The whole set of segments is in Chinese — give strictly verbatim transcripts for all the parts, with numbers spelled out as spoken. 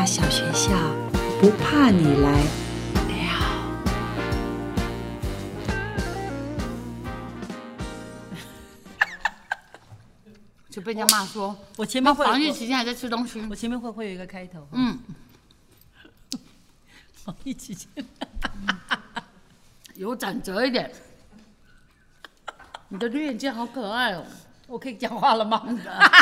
小学校，不怕你来了。 就被人家骂说， 我前面会防疫期间还在吃东西。 我前面会会有一个开头， 嗯， 防疫期间有转折一点。你的绿眼睛好可爱哦！ 我可以讲话了吗？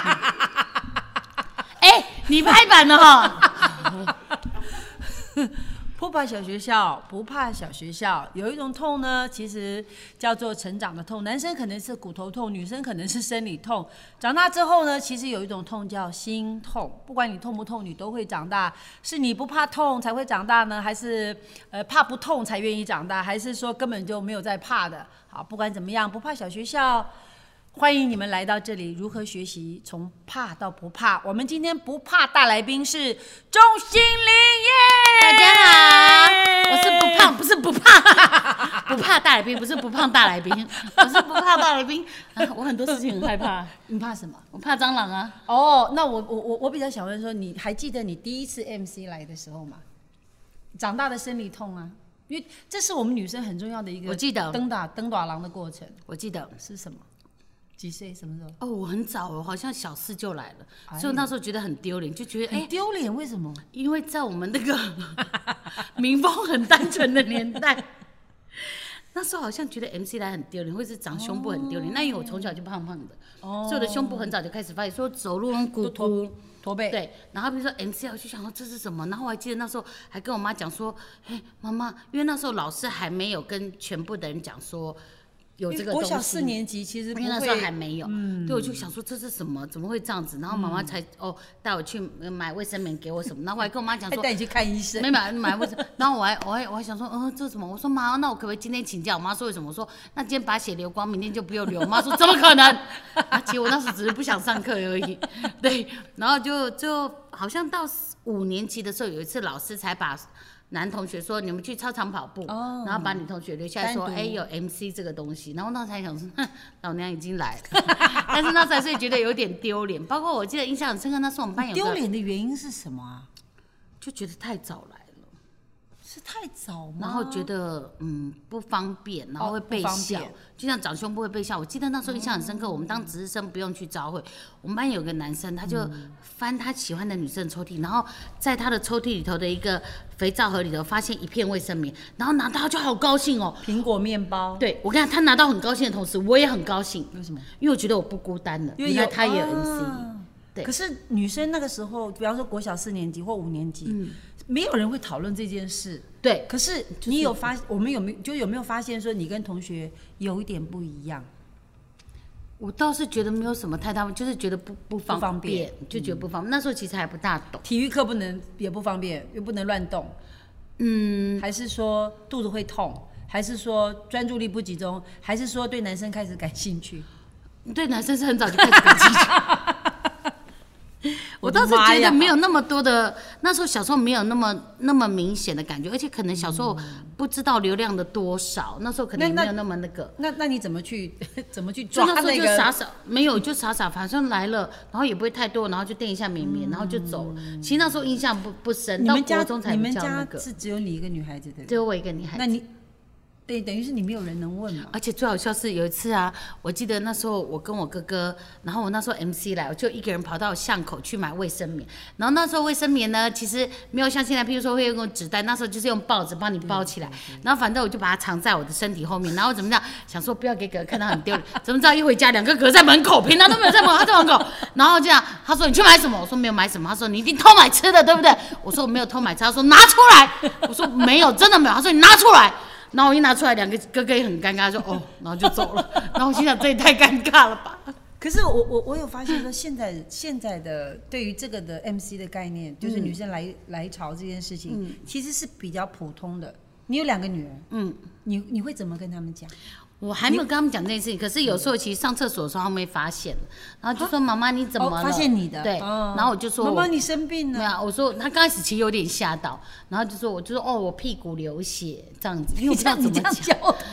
哎，你拍板了哈！ 不怕小学校，不怕小学校。有一种痛呢，其实叫做成长的痛。男生可能是骨头痛，女生可能是生理痛。长大之后呢，其实有一种痛叫心痛。不管你痛不痛，你都会长大。是你不怕痛才会长大呢，还是呃怕不痛才愿意长大，还是说根本就没有在怕的？好，不管怎么样，不怕小学校。欢迎你们来到这里，如何学习从怕到不怕？我们今天不怕大来宾是钟欣凌耶！ 大家好，我是不胖，不是不怕，不怕大来宾，不是不胖大来宾，我是不怕大来宾。啊、我很多事情很害怕。 你怕什么？ 我怕蟑螂啊。 哦，那我我我我比较想问说，你还记得你第一次 M C 来的时候吗？长大的生理痛啊，因为这是我们女生很重要的一个， 我记得登打登打狼的过程。 我记得是什么？几岁？什么时候？ 哦，我很早，我好像小四就来了， 哎、 所以我那时候觉得很丢脸，就觉得哎， 丢脸，为什么？ 因为在我们那个民风很单纯的年代，那时候好像觉得 M C 来很丢脸，或是长胸部很丢脸。哦、那因为我从小就胖胖的，哦、所以我的胸部很早就开始发现，说走路跟鼓鼓。 驼背对，然后比如说 M C， 我就想说这是什么，然后我还记得那时候还跟我妈讲说，哎，妈妈，因为那时候老师还没有跟全部的人讲说。有这个东西， 国小四年级其实不会， 因为那时候还没有，嗯、对，我就想说这是什么，怎么会这样子？然后妈妈才、嗯、哦带我去买卫生棉给我什么，然后我还跟我妈讲说带你去看医生， 没买买卫生，然后我还我还我还想说，嗯、呃，这是什么？我说妈，那我可不可以今天请假？我妈说为什么？我说那今天把血流光，明天就不用流。我妈说怎么可能？啊，其实我那时只是不想上课而已，对，然后就就好像到五年级的时候，有一次老师才把。男同学说：“你们去操场跑步，哦、然后把女同学留下来说，哎，有 M C 这个东西。”然后那才想说，哼，老娘已经来了，但是那才是觉得有点丢脸。包括我记得印象很深刻，那时候我们班有丢脸的原因是什么啊？ 就觉得太早来了。 是太早吗？ 然后觉得嗯不方便，然后会被笑，哦、就像长胸部会被笑。我记得那时候印象很深刻，哦、我们当值日生不用去朝会，我们班有个男生，他就翻他喜欢的女生的抽屉，然后在他的抽屉里头的一个肥皂盒里头发现一片卫生棉，然后拿到就好高兴哦， 苹果面包。 对，我跟他他拿到很高兴的同时，我也很高兴。 为什么？ 因为我觉得我不孤单了，因为他也有 M C。啊对，可是女生那个时候，比方说国小四年级或五年级，嗯、没有人会讨论这件事。 对， 可是你有发，就是、我们有没有就有没有发现说你跟同学有一点不一样？ 我倒是觉得没有什么太大，就是觉得不不方便， 方便就觉得不方便。嗯、那时候其实还不大懂， 体育课不能也不方便，又不能乱动。嗯，还是说肚子会痛？还是说专注力不集中？还是说对男生开始感兴趣？ 对男生是很早就开始感兴趣。我倒是觉得没有那么多的，那时候小时候没有那么那么明显的感觉，而且可能小时候不知道流量的多少，那时候可能也没有那么那个。 那 那, 那你怎么去怎么去抓那个？ 那时候就傻傻没有就傻傻，反正来了，然后也不会太多，然后就垫一下绵绵，然后就走了。其实那时候印象不不深，到国中才比较那个。 你们家是只有你一个女孩子的？ 只有我一个女孩子。 那你？对，等于是你没有人能问嘛。 而且最好笑是有一次啊，我记得那时候我跟我哥哥，然后我那时候 M C 来，我就一个人跑到巷口去买卫生棉。然后那时候卫生棉呢，其实没有像现在，譬如说会用纸袋，那时候就是用报纸帮你包起来。然后反正我就把它藏在我的身体后面，然后怎么样，想说不要给哥哥看到很丢脸。怎么知道一回家，两个哥在门口，平常都没有在门口，他在门口。然后这样，他说你去买什么？我说没有买什么。他说你一定偷买吃的，对不对？我说我没有偷买吃。他说拿出来。我说没有，真的没有。他说你拿出来。然后我一拿出来，两个哥哥也很尴尬，说哦，然后就走了。然后我心想，这也太尴尬了吧。 可是我我我有发现说，现在现在的对于这个的 M C 的概念，就是女生来、嗯、来潮这件事情、嗯，其实是比较普通的。你有两个女儿，嗯，你你会怎么跟他们讲？ 我还没有跟他们讲这件事情，可是有时候其实上厕所的时候他们会发现，然后就说妈妈你怎么了、 哦？发现你的， 对， 哦、 然后我就说妈妈你生病了。 没有，我说他刚开始其实有点吓到，然后就说我就说哦我屁股流血这样子，因为我不知道怎么讲。 教他，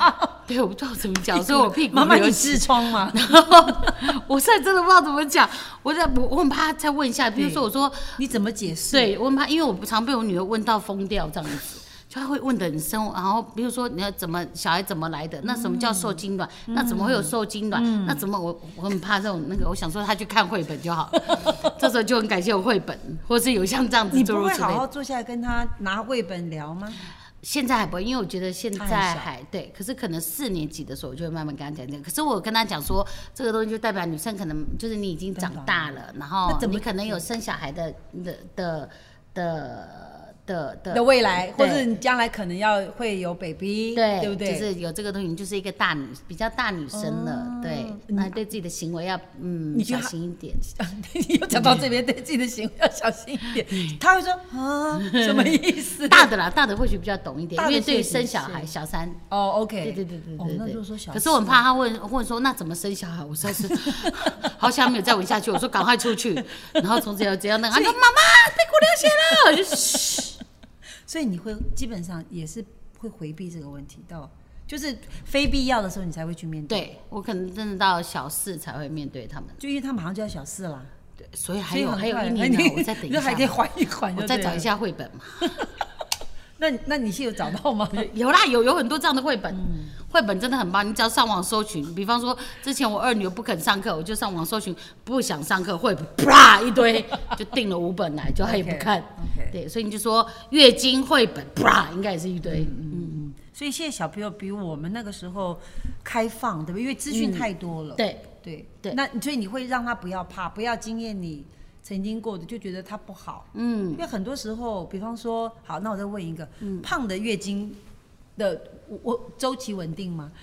对，我不知道怎么讲，所以我屁股妈妈有你痔疮吗？ 然后我现在真的不知道怎么讲，我在我我很怕再问一下，比如说我说你怎么解释？ 对我很怕，因为我常被我女儿问到疯掉这样子。就他会问的很深，然后比如说你要怎么小孩怎么来的，那什么叫受精卵？嗯、那怎么会有受精卵？嗯、那怎么我我很怕这种那个，我想说他去看绘本就好，这时候就很感谢有绘本，或是有像这样子。 你不会好好坐下来跟他拿绘本聊吗？ 现在还不会，因为我觉得现在还对，可是可能四年级的时候，我就会慢慢跟他讲讲。可是我跟他讲说，这个东西就代表女生可能就是你已经长大了，然后你可能有生小孩的的的的。的的的未来，或者你将来可能要会有 baby， 对， 对不对？ 就是有这个东西，你就是一个大女，比较大女生了，哦、对，那对自己的行为要嗯小心一点。 你又讲到这边，对自己的行为要小心一点。他会说啊，什么意思？ 大的啦，大的或许比较懂一点，因为对于生小孩，小三哦 ，OK， 对对对对对对。 那就说小， 可是我很怕他问问说那怎么生小孩，我实在是好想没有再问下去。我说赶快出去，然后从此要怎样那个，他说妈妈屁股流血了，我就嘘。 所以你会基本上也是会回避这个问题，到就是非必要的时候你才会去面对。 对，我可能真的到小四才会面对他们， 就因为他马上就要小四了。 对，所以还有还有一年呢，我再等一下， 还可以缓一缓， 我再找一下绘本嘛。 那那你是有找到吗？ 有啦，有有很多这样的绘本，绘、嗯、本真的很棒。你只要上网搜寻，比方说之前我二女儿不肯上课，我就上网搜寻不想上课绘本，啪一堆，就订了五本来，就她也不看。Okay, okay. 对，所以你就说月经绘本，啪应该也是一堆。嗯嗯嗯。 所以现在小朋友比我们那个时候开放，对不对？因为资讯太多了。 嗯、对对对。那所以你会让他不要怕，不要经验你曾经过的，就觉得它不好。嗯，因为很多时候，比方说，好，那我再问一个，嗯、胖的月经的我周期稳定吗？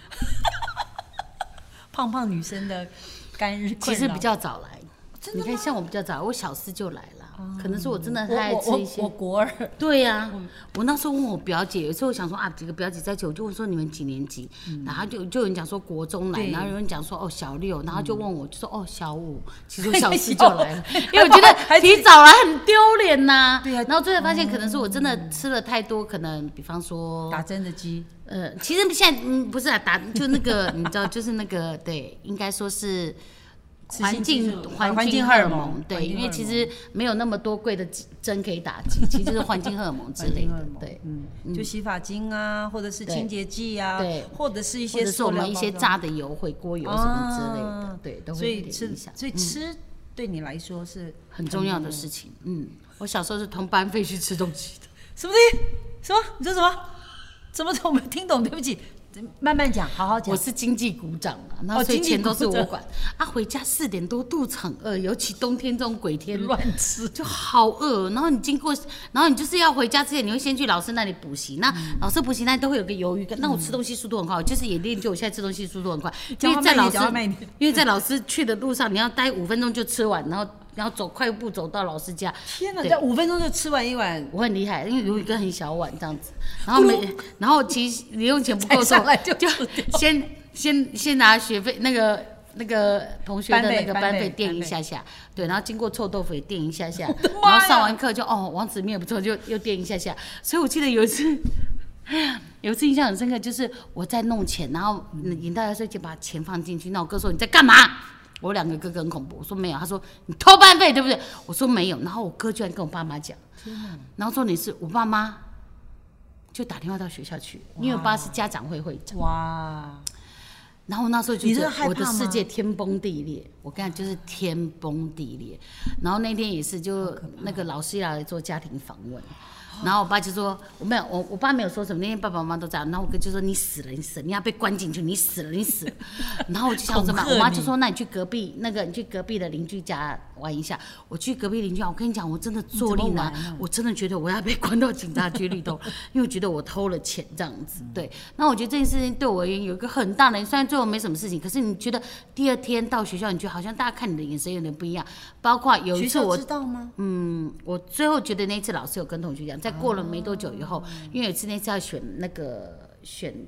胖胖女生的干日其实比较早来，你看像我比较早，我小四就来了。可能是我真的太爱吃一些。 我, 我, 我, 我国二。 对呀、啊嗯，我那时候问我表姐，有时候我想说啊，几个表姐在一起，我就问说你们几年级？嗯、然后就就有人讲说国中来，然后有人讲说哦小六，然后就问我，就说哦小五，其实我小四就来了，因为我觉得提早来很丢脸呐。对啊。然后最后发现可能是我真的吃了太多，可能比方说打针的鸡。 呃，其实现在嗯不是啊，打就那个你知道，就是那个对，应该说是。环境环境荷尔蒙，对，因为其实没有那么多贵的针可以打击，其实就是环境荷尔蒙之类的，对， 嗯，就洗发精啊，或者是清洁剂啊，对，或者是一些， 或者是我们一些炸的油、回锅油什么之类的，对，都会有点影响。 所以吃对你来说是很重要的事情。嗯，我小时候是同班费去吃东西的。 什么东西？什么？你说什么？怎么我没听懂？对不起。慢慢讲，好好讲。 我是经济股长嘛，然后所以钱都是我管。啊，回家四点多肚子很饿，尤其冬天这种鬼天乱吃就好饿。然后你经过，然后你就是要回家之前，你会先去老师那里补习。那老师补习那里都会有个犹豫感。那我吃东西速度很快，我就是也练就我现在吃东西速度很快。因为在老师，因为在老师去的路上，你要待五分钟就吃完，然后。然后走快步走到老师家， 天哪，在五分钟就吃完一碗， 我很厉害，因为有一个很小碗这样子，然后每然后其实零用钱不够上来就就先先先拿学费那个那个同学的那个班费垫一下下，对，然后经过臭豆腐也垫一下下，然后上完课就哦王子面不错就又垫一下下，所以我记得有一次。有一次印象很深刻，就是我在弄钱，然后引到压岁钱把钱放进去，那我哥说你在干嘛？我两个哥哥很恐怖，我说没有，他说你偷班费对不对？我说没有，然后我哥居然跟我爸妈讲，然后重点是我爸妈就打电话到学校去，因为我爸是家长会会长。哇！然后那时候就觉得我的世界天崩地裂，我跟你讲就是天崩地裂。然后那天也是就那个老师要来做家庭访问。然后我爸就说我没有，我我爸没有说什么，那天爸爸妈妈都在。然后我哥就说你死了，你死了，你要被关进去，你死了，你死了。然后我就想怎么，我妈就说那你去隔壁那个，你去隔壁的邻居家玩一下。我去隔壁邻居家，我跟你讲，我真的坐立难，我真的觉得我要被关到警察局里头，因为我觉得我偷了钱这样子。对，那我觉得这件事情对我而言有一个很大的，虽然最后没什么事情，可是你觉得第二天到学校，你觉得好像大家看你的眼神有点不一样。包括有一次我知道吗？ 嗯，我最后觉得那次老师有跟同学讲。再过了没多久以后，因为有一次那次要选那个选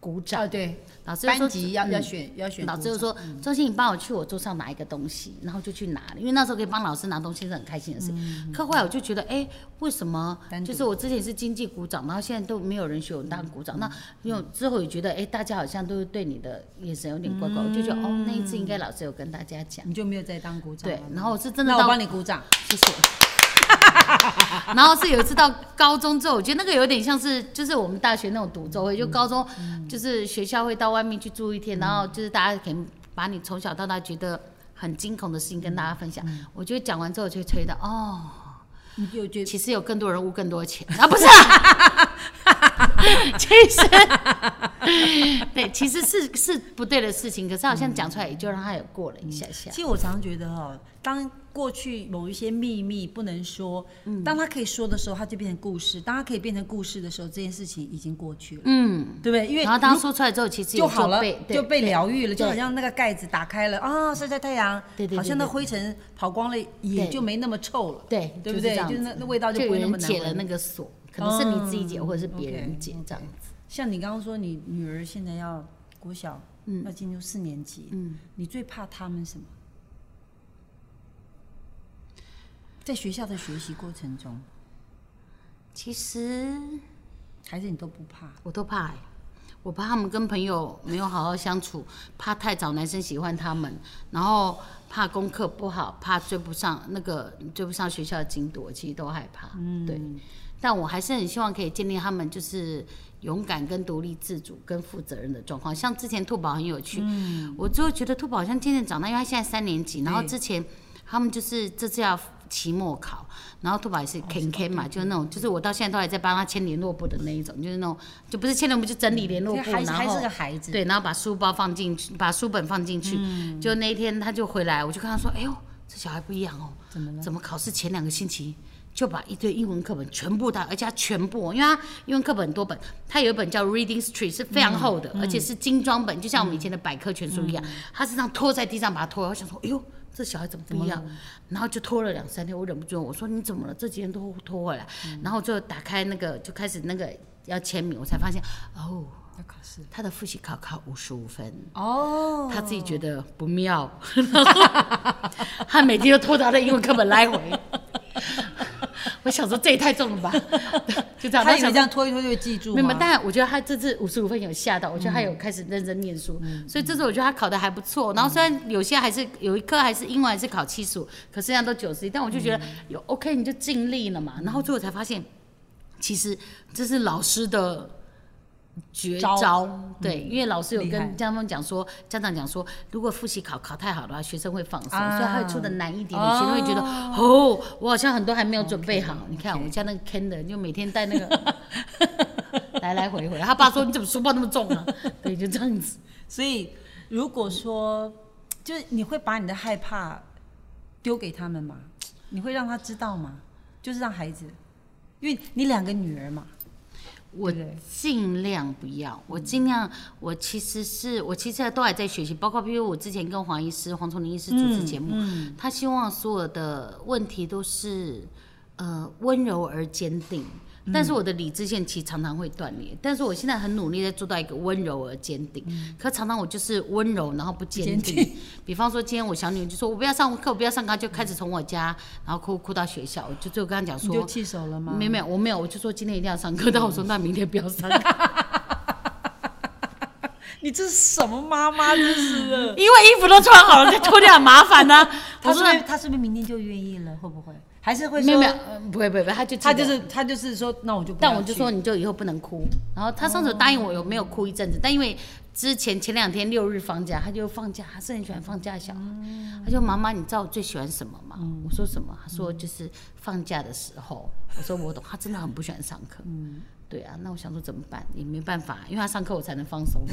鼓掌。 哦，对， 老师就说班级要、 嗯要选要选鼓掌。 老师就说：“周欣，你帮我去我桌上拿一个东西。”然后就去拿了，因为那时候可以帮老师拿东西是很开心的事。嗯、可后来我就觉得，哎，为什么就是我之前是经济鼓掌，然后现在都没有人学我当鼓掌？嗯、那因为之后也觉得，哎，大家好像都是对你的眼神有点怪怪，嗯、我就觉得哦，那一次应该老师有跟大家讲， 你就没有再当鼓掌。 对，然后我是真的， 那我帮你鼓掌， 谢谢。然后是有一次到高中之后，我觉得那个有点像是就是我们大学那种赌咒会，就高中就是学校会到外面去住一天，然后就是大家可能把你从小到大觉得很惊恐的事情跟大家分享。我觉得讲完之后就会吹到哦， 你就觉得其实有更多人污更多钱啊，不是啦，其实对，其实是是不对的事情，可是好像讲出来也就让他有过了一下下。 其实我常常觉得哈，当过去某一些秘密不能说，嗯、当他可以说的时候，他就变成故事；当他可以变成故事的时候，这件事情已经过去了，嗯，对不对？因为然后当他说出来之后，其实就好了， 就被疗愈了，就好像那个盖子打开了啊，晒晒太阳， 对对， 好像那灰尘跑光了，也就没那么臭了， 对， 对不对？就是那那味道就不会那么难闻。 解了那个锁，可能是你自己解，或者是别人解这样子。 像你刚刚说，你女儿现在要国小，要进入四年级，嗯，你最怕他们什么？在学校的学习过程中， 其实还是你都不怕？ 我都怕、欸，我怕他们跟朋友没有好好相处，怕太早男生喜欢他们，然后怕功课不好，怕追不上那个追不上学校的进度，我其实都害怕。嗯，对。但我还是很希望可以建立他们就是勇敢、跟独立自主、跟负责任的状况。像之前兔宝很有趣，嗯、我就觉得兔宝好像渐渐长大，因为他现在三年级，然后之前他们就是这次要期末考，然后兔宝也是 K K 嘛，就是那种，就是我到现在都还在帮他签联络簿的那一种，就是那种，就不是签联络簿，就整理联络簿，然后还是个孩子， 对，然后把书包放进去，把书本放进去，嗯、就那一天他就回来，我就跟他说，哎呦，这小孩不一样哦， 怎么了？ 怎么考试前两个星期？就把一堆英文课本全部带，而且他全部，因为他英文课本很多本，他有一本叫 Reading Street 是非常厚的，嗯、而且是精装本，就像我们以前的百科全书一样，嗯、他是这样拖在地上把它拖，我想说，哎呦，这小孩怎么不一样？然后就拖了两三天，我忍不住我说你怎么了？这几天都拖回来，嗯、然后就打开那个就开始那个要签名，我才发现哦。 要考试， 他的复习考考五十五分哦， 他自己觉得不妙，他每天都拖他的英文课本来回。我想说这也太重了吧，就这样。 他以为这样拖一拖就会记住吗？ 没有，但我觉得他这次五十五分有吓到，我觉得他有开始认真念书，嗯、所以这次我觉得他考得还不错。然后虽然有些还是有一科还是英文还是考七十五，可是现在都九十一，但我就觉得有 OK 你就尽力了嘛。然后最后才发现，其实这是老师的绝招，招对，嗯、因为老师有跟家长讲说，家长讲说，如果复习考考太好的话，学生会放松，啊、所以他会出的难一点点，哦、学生会觉得，哦，我好像很多还没有准备好。Okay, 你看 okay. 我家那个 Ken 的，就每天带那个来来回回，他爸说你怎么书包那么重啊？对，就这样子。 所以如果说，就是你会把你的害怕丢给他们吗？你会让他知道吗？就是让孩子，因为你两个女儿嘛。 我尽量不要，我尽量，我其实是我其实都还在学习，包括比如我之前跟黄医师、黄崇林医师主持节目，嗯嗯、他希望所有的问题都是呃温柔而坚定，但是我的理智线其实常常会断裂，但是我现在很努力在做到一个温柔而坚定，嗯、可常常我就是温柔然后不坚定。坚定比方说今天我小女儿就说我不要上课，我不要上课，就开始从我家然后哭哭到学校，我就最后跟她讲说， 你就气手了吗？ 没有没有，我没有，我就说今天一定要上课，但我说那明天不要上课。 你这是什么妈妈？真是的， 因为衣服都穿好了，再脱掉很麻烦呢、啊。 他是不是他是不是明天就愿意了？会不会？还是会说没有没有、呃、不会不会，他就他就是他就是说，那我就不要去， 但我就说你就以后不能哭。然后他上次答应我有没有哭一阵子，但因为之前前两天六日放假，他就放假，他是很喜欢放假的小孩。嗯、他就妈妈，你知道我最喜欢什么吗？嗯、我说什么？他说就是放假的时候。我说我懂，他真的很不喜欢上课。嗯，对啊，那我想说怎么办？也没办法，因为他上课我才能放松。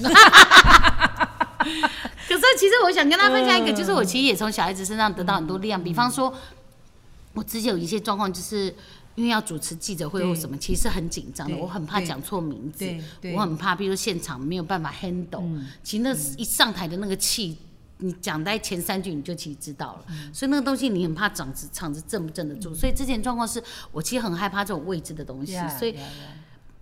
可是其实我想跟他分享一个，就是我其实也从小孩子身上得到很多力量，比方说。我之前有一些状况，就是因为要主持记者会或什么，其实很紧张的，我很怕讲错名字，我很怕，比如说现场没有办法 handle，、嗯、其实那一上台的那个气，你讲在前三句你就其实知道了，嗯、所以那个东西你很怕场子场子镇不镇得住，嗯、所以之前状况是我其实很害怕这种未知的东西， yeah, 所以。Yeah, yeah.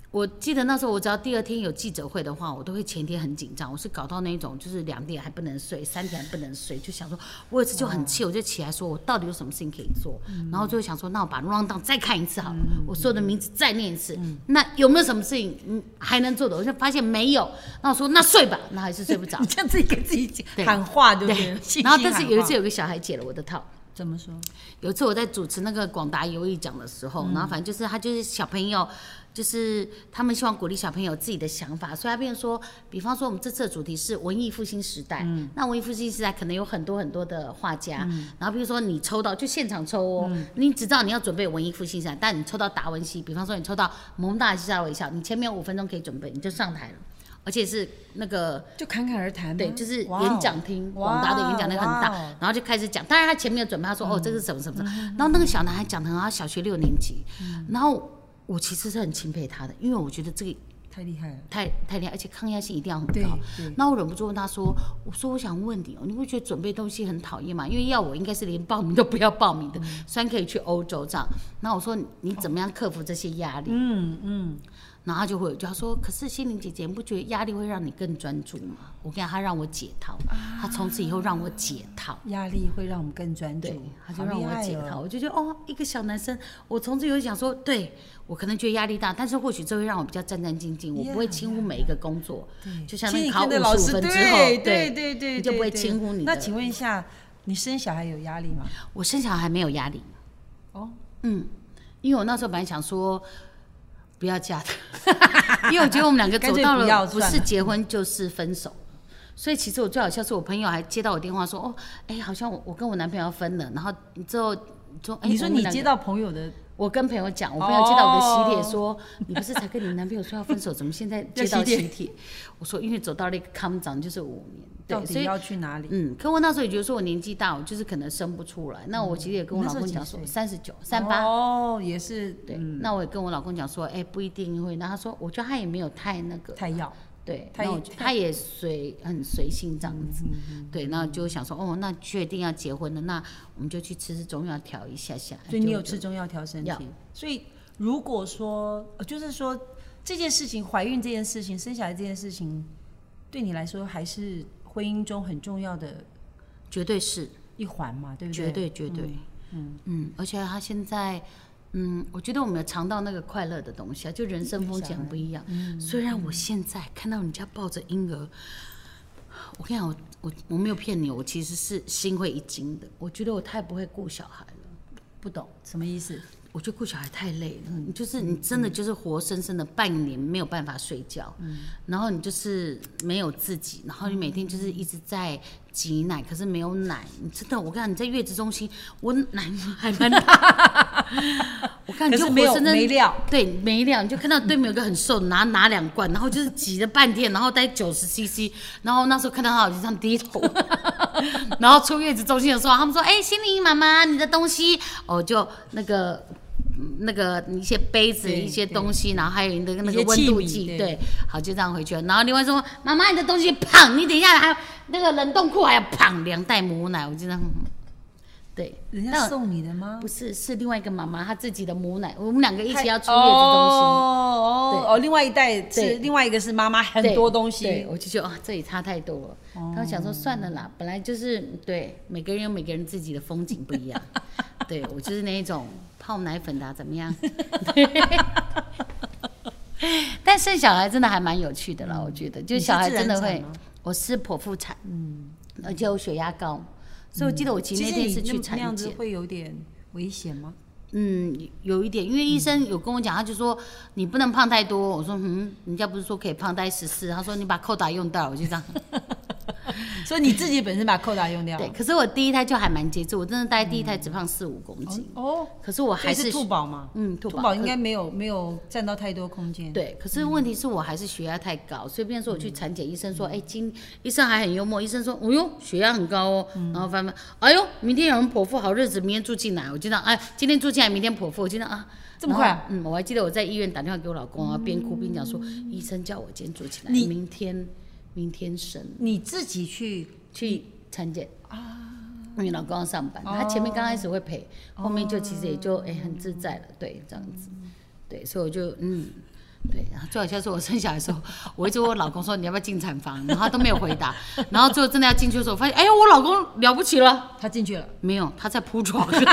我记得那时候，我只要第二天有记者会的话，我都会前天很紧张。我是搞到那种，就是两点还不能睡，三点还不能睡，就想说，我有一次就很气，我就起来说，我到底有什么事情可以做？嗯、然后就想说，那我把 round down 再看一次好了，嗯、我所有的名字再念一次。嗯、那有没有什么事情嗯还能做的？我就发现没有。那我说那睡吧，那还是睡不着。 你这样自己给自己喊话，对不对？ 对然后但是有一次有个小孩解了我的套。 怎么说？ 有一次我在主持那个广达游艺奖的时候，嗯、然后反正就是他就是小朋友，就是他们希望鼓励小朋友自己的想法，所以他变成说，比方说我们这次的主题是文艺复兴时代，嗯、那文艺复兴时代可能有很多很多的画家，嗯、然后比如说你抽到就现场抽哦，嗯、你只知道你要准备文艺复兴时代，但你抽到达文西，比方说你抽到蒙大西沙微笑，你前面有五分钟可以准备，你就上台了。而且是那个就侃侃而谈， 对，就是演讲厅，广达的演讲厅很大，然后就开始讲。当然他前面有准备，他说、嗯、哦这个是什么什么什么，然后那个小男孩讲的很好，他小学六年级，嗯、然后我其实是很钦佩他的，因为我觉得这个太厉害了， 太太厉害，而且抗压性一定要很高。那我忍不住问他说：“我说我想问你哦，你会觉得准备东西很讨厌吗？因为要我应该是连报名都不要报名的，嗯、虽然可以去欧洲这样。那我说你怎么样克服这些压力？嗯嗯。然后他就会有就他说，可是心灵姐姐，你不觉得压力会让你更专注吗？我跟他，他让我解套，啊、他从此以后让我解套， 压力会让我们更专注， 他就让我解套，哦、我就觉得哦，一个小男生，我从此以后想说，对我可能觉得压力大，但是或许这会让我比较战战兢兢，我不会轻忽每一个工作， yeah, 就像那个考五十五分之后， 对对对对， 你就不会轻忽你的。 那请问一下，你生小孩有压力吗？ 我生小孩没有压力，哦，嗯，因为我那时候本来想说。不要嫁的，因为我觉得我们两个走到了不是结婚就是分手，所以其实我最好笑是我朋友还接到我电话说，哦，哎，好像我我跟我男朋友要分了，然后之后说，哎， 你说你接到朋友的， 我跟朋友讲，我朋友接到我的喜帖说，哦、你不是才跟你男朋友说要分手，怎么现在接到喜帖？我说因为走到了一个康长就是五年。 到底要去哪里？ 嗯，可我那时候也觉得说我年纪大，我就是可能生不出来。那我其实也跟我老公讲说，三十九、三八哦，也是对。嗯、那我也跟我老公讲说，哎、欸，不一定会。那他说，我觉得他也没有太那个， 太要。 对，那我他也随很随性这样子。嗯嗯、对，那就想说，哦，那确定要结婚了，那我们就去吃吃中药调一下下。 所以你有吃中药调身体？所以如果说，就是说这件事情，怀孕这件事情，生小孩这件事情，对你来说还是。婚姻中很重要的， 绝对是一环嘛，对不对？ 绝对绝对，嗯 嗯, 嗯，而且他现在，嗯，我觉得我们有尝到那个快乐的东西啊，就人生风景很不一样。嗯、虽然我现在看到人家抱着婴儿，我跟你讲，我我我没有骗你，我其实是心会一惊的。我觉得我太不会顾小孩了， 不懂什么意思？ 我觉得顾小孩太累了，嗯、就是你真的就是活生生的半年没有办法睡觉，嗯、然后你就是没有自己，然后你每天就是一直在挤奶，可是没有奶。你真的，我跟你讲，你在月子中心，我奶还蛮大，我看你就活生生没料， 对，没料，你就看到对面有个很瘦，拿拿两罐，然后就是挤了半天，然后带九十 C C， 然后那时候看到他，我就这样低头，然后出月子中心的时候，他们说，哎、欸，心灵妈妈，你的东西，哦，就那个。那个一些杯子一些东西，然后还有你的那个温度计， 对, 对，好就这样回去了。然后另外说，妈妈你的东西胖，你等一下还有那个冷冻库还有胖两袋母奶，我就这样。对， 人家送你的吗？ 不是，是另外一个妈妈她自己的母奶，我们两个一起要出月子中心。 哦哦哦，另外一袋是另外一个是妈妈很多东西， 对，对我就觉得啊、哦，这也差太多了。哦、他想说算了啦，本来就是对每个人有每个人自己的风景不一样。对我就是那一种泡奶粉的、啊、怎么样？但生小孩真的还蛮有趣的啦，嗯、我觉得，就小孩真的会，我是剖腹产，嗯，而且我血压高，所以我记得我其实那天是去产检，那样子会有点危险吗？ 嗯，有一点，因为医生有跟我讲，他就说你不能胖太多。我说嗯，人家不是说可以胖带十四？他说你把扣打用掉了，我就这样。 所以你自己本身把扣打用掉了。 对，可是我第一胎就还蛮节制，我真的大概第一胎只胖四五公斤。哦，可是我还是兔宝嘛， 嗯，兔宝应该没有没有占到太多空间。 对，可是问题是我还是血压太高，所以变成说我去产检，医生说，哎，今医生还很幽默，医生说，哦呦，血压很高哦，然后翻翻，哎呦，明天有人剖腹，好日子，明天住进来，我就这样，哎，今天住进来，明天剖腹，我就这样啊。 这么快、啊？ 嗯，我还记得我在医院打电话给我老公啊，边哭边讲说，医生叫我今天住起来，明天明天生。 你自己去去产检啊？因为老公要上班，哦、他前面刚开始会陪，后面就其实也就哎、欸、很自在了，对，这样子，对，所以我就嗯， 对，然后最好笑是我生小孩的时候，我一直问我老公说你要不要进产房，然后他都没有回答。然后最后真的要进去的时候，我发现哎呦，我老公了不起了， 他进去了， 没有，他在铺床。那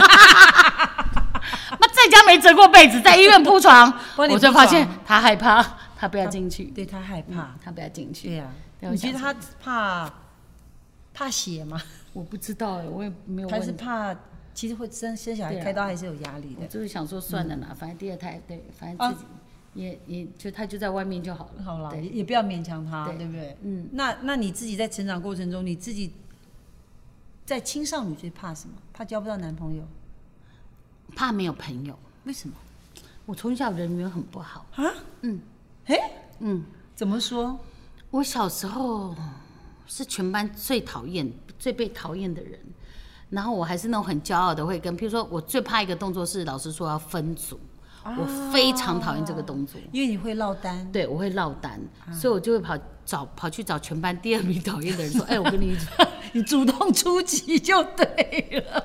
在家没折过被子，在医院铺床，我就发现他害怕，他不要进去。 对他害怕， 嗯、他不要进去。 对呀、 啊， 你觉得他怕怕血吗？ 我不知道哎，我也没有问。 还是怕？其实会生生小孩开刀还是有压力的。 我就是想说算了啦，嗯、反正第二胎对，反正自己。啊也也就他就在外面就好了， 好了，也也不要勉强他， 对, 对不对？嗯，那那你自己在成长过程中，你自己在青少女最怕什么？怕交不到男朋友， 怕没有朋友。 为什么？ 我从小人缘很不好啊。嗯， 哎，嗯，怎么说？ 我小时候是全班最讨厌、最被讨厌的人，然后我还是那种很骄傲的，会跟，譬如说我最怕一个动作是老师说要分组。我非常讨厌这个动作， 因为你会落单。对， 我会落单，啊、所以我就会跑找跑去找全班第二名讨厌的人说：“哎、欸，我跟你一组， 你主动出击就对了。”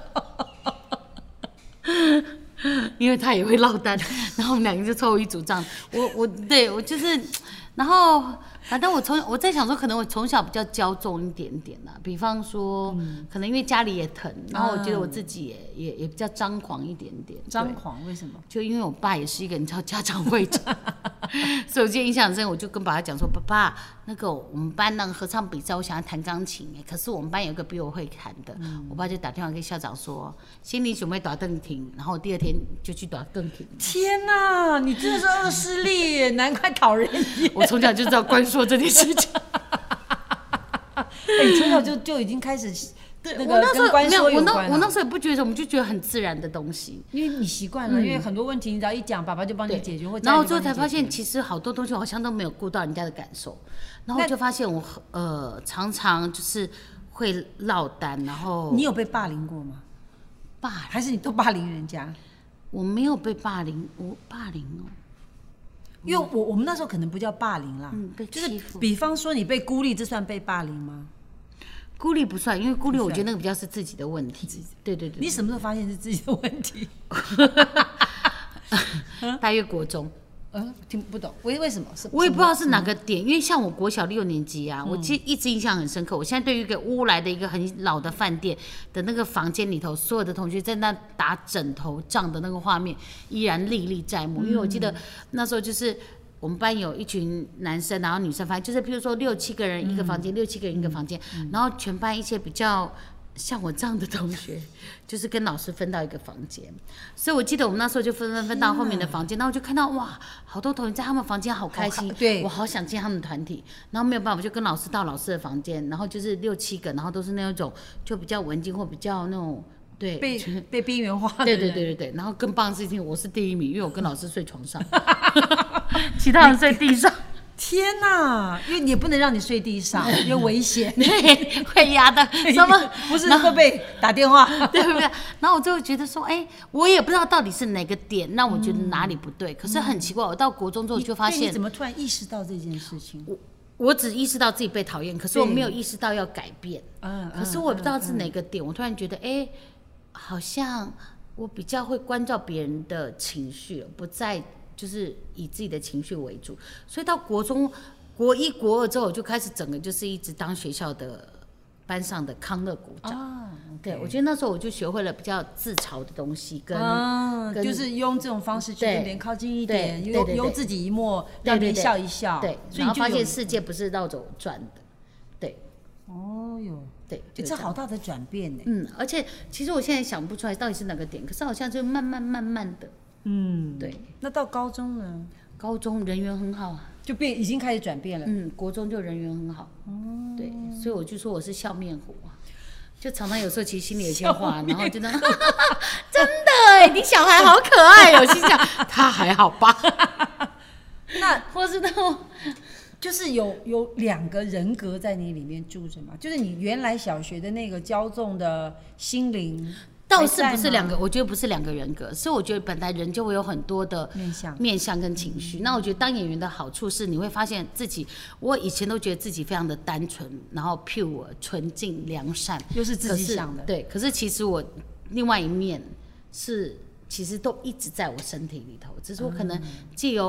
因为他也会落单，然后我们两个就凑一组这样。我我对我就是，然后反正我从我在想说，可能我从小比较骄纵一点点啦，比方说，嗯、可能因为家里也疼，然后我觉得我自己也、嗯、也也比较张狂一点点。 张狂为什么？ 就因为我爸也是一个你知道家长会长，所以我记得印象很深，我就跟爸爸讲说，爸爸，那个我们班那个合唱比赛，我想要弹钢琴哎，可是我们班有一个比我会弹的，嗯、我爸就打电话给校长说，心里准备打邓婷，然后我第二天就去打邓婷。 天哪，你真的是恶势力耶，难怪讨人厌。 我从小就知道关说这件事情。 欸、你从小就就已经开始对， 那个跟关说有关了。 我那我那时候也不觉得，我们就觉得很自然的东西， 因为你习惯了、嗯，因为很多问题你只要一讲，爸爸就帮你解决，或然后最后才发现，其实好多东西我好像都没有顾到人家的感受，然后我就发现我呃常常就是会落单，然后你有被霸凌过吗？ 霸凌还是你都霸凌人家？ 我没有被霸凌，我霸凌哦。 因为我我们那时候可能不叫霸凌啦， 嗯，被欺负。 就是比方说你被孤立，这算被霸凌吗？ 孤立不算，因为孤立我觉得那个比较是自己的问题。对对 对, 对。 你什么时候发现是自己的问题？ 大约国中。 嗯，听不懂，为为什么？ 我也不知道是哪个点，因为像我国小六年级啊，嗯、我其实一直印象很深刻。我现在对于一个乌来的一个很老的饭店的那个房间里头，所有的同学在那打枕头仗的那个画面，依然历历在目。嗯、因为我记得那时候就是我们班有一群男生，然后女生，反正就是譬如说六七个人一个房间，嗯、六七个人一个房间，嗯、然后全班一些比较。像我这样的同学，就是跟老师分到一个房间，所以我记得我们那时候就分分分到后面的房间，然后我就看到哇，好多同学在他们房间好开心， 对， 我好想进他们团体，然后没有办法，我就跟老师到老师的房间，然后就是六七个，然后都是那种就比较文静或比较那种对被被边缘化的， 对对对对对，然后更棒的事情，我是第一名，因为我跟老师睡床上，其他人睡地上。 天哪！因为你也不能让你睡地上，因为危险， 对，会压的。什么？ 不是会被打电话， 对不对？然后我就觉得说，哎、欸，我也不知道到底是哪个点让我觉得哪里不对。嗯、可是很奇怪，我到国中之后就发现， 你怎么突然意识到这件事情？ 我我只意识到自己被讨厌，可是我没有意识到要改变。嗯。可是我也不知道是哪个点，我突然觉得，哎、欸，好像我比较会关照别人的情绪，不再。就是以自己的情绪为主，所以到国中、国一、国二之后，我就开始整个就是一直当学校的班上的康乐股长。啊 okay、对，我觉得那时候我就学会了比较自嘲的东西跟， 啊、跟就是用这种方式去跟别人靠近一点，悠悠自己一默，让别人笑一笑。 对，所以你就发现世界不是绕着我转的。对。 哦哟， 对， 这, 这好大的转变呢。 嗯，而且其实我现在想不出来到底是哪个点，可是好像就慢慢慢慢的。嗯，对。 那到高中呢？ 高中人缘很好啊， 就变已经开始转变了。 嗯，国中就人缘很好。哦，对，所以我就说我是笑面虎啊，就常常有时候其实心里有些话，然后就那真的哎，你小孩好可爱哦，心想他还好吧？ 那或是那种就是有有两个人格在你里面住着嘛，就是你原来小学的那个骄纵的心灵。 倒是不是两个，我觉得不是两个人格，是我觉得本来人就会有很多的面向、 面向跟情绪。嗯、那我觉得当演员的好处是，你会发现自己，我以前都觉得自己非常的单纯，然后 pure 纯净良善， 又是自己想的， 对。可是其实我另外一面是，其实都一直在我身体里头，只是我可能借由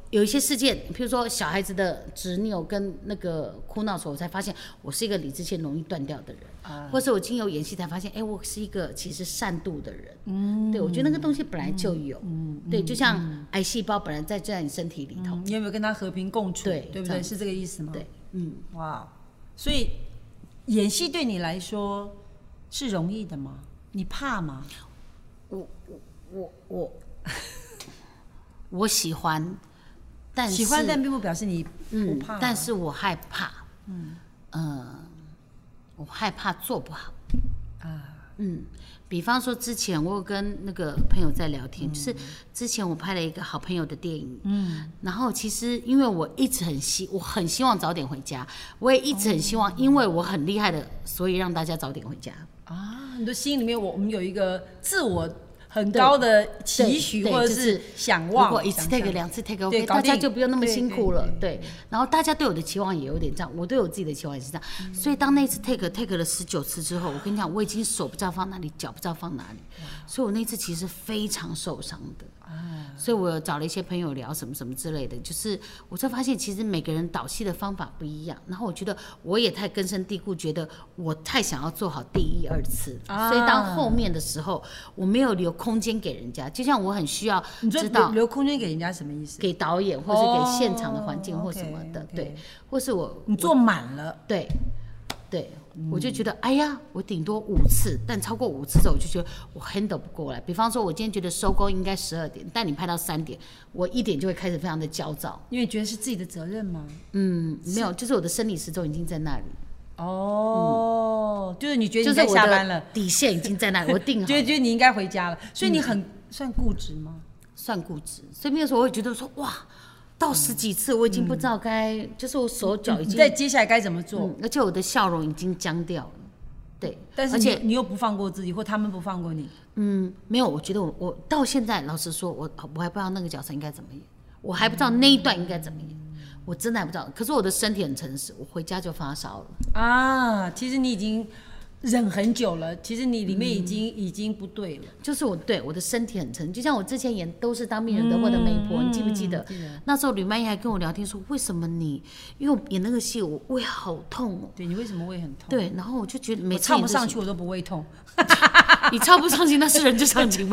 有一些事件，譬如说小孩子的执拗跟那个哭闹的时候，我才发现我是一个理智线容易断掉的人，啊、或是我经由演戏才发现，哎，我是一个其实善妒的人。嗯，对，我觉得那个东西本来就有。嗯，对，就像癌细胞本来在在你身体里头， 嗯、你有没有跟它和平共处？ 对， 对不对？是这个意思吗？ 对，嗯， 哇，所以演戏对你来说是容易的吗？你怕吗？ 我我我我我喜欢。但是喜欢，但并不表示你不怕、啊嗯。但是我害怕，嗯，呃，我害怕做不好啊。嗯，比方说之前我有跟那个朋友在聊天，嗯、就是之前我拍了一个好朋友的电影，嗯，然后其实因为我一直很希，我很希望早点回家，我也一直很希望，因为我很厉害的，所以让大家早点回家啊。你的心里面我，我们有一个自我。很高的期许或者是想望， 如果一次 take 两次 take OK， 大家就不用那么辛苦了。对，然后大家对我的期望也有点这样，我对我自己的期望也是这样。嗯、所以当那次 take take 了十九次之后，我跟你讲，我已经手不知道放哪里，脚不知道放哪里，所以我那次其实非常受伤的。所以我有找了一些朋友聊什么什么之类的，就是我才发现其实每个人导戏的方法不一样，然后我觉得我也太根深蒂固，觉得我太想要做好第一二次，啊、所以当后面的时候我没有留空间给人家，就像我很需要知道留空间给人家什么意思？ 给导演或是给现场的环境或什么的， oh, okay, okay. 对，或是我你做满了， 对。对，嗯、我就觉得，哎呀，我顶多五次，但超过五次之后，我就觉得我 handle 不过来。比方说，我今天觉得收工应该十二点，但你拍到三点，我一点就会开始非常的焦躁， 因为觉得是自己的责任吗？ 嗯，没有，就是我的生理时钟已经在那里。 哦，嗯、就是你觉得你该下班了， 底线已经在那里，我定好了， 觉得觉得你应该回家了，所以你很、嗯、算固执吗？ 算固执，所以那个时候我会觉得说，哇。到十几次，我已经不知道该，嗯、就是我手脚已经。 在接下来该怎么做、 嗯？而且我的笑容已经僵掉了，对。 但是而且你又不放过自己，或他们不放过你。 嗯，没有，我觉得我我到现在，老实说，我我还不知道那个角色应该怎么演，我还不知道那一段应该怎么演，嗯、我真的还不知道。可是我的身体很诚实，我回家就发烧了。 啊，其实你已经忍很久了，其实你里面已经、嗯、已经不对了。 就是我对我的身体很诚，就像我之前演都是当病人得过的媒婆，嗯、你记不记得？嗯、那时候吕曼怡还跟我聊天说，为什么你因为我演那个戏我胃好痛哦。 对，你为什么胃很痛？ 对，然后我就觉得每次唱不上去我都不胃痛。 你唱不上去那是人之常情吗？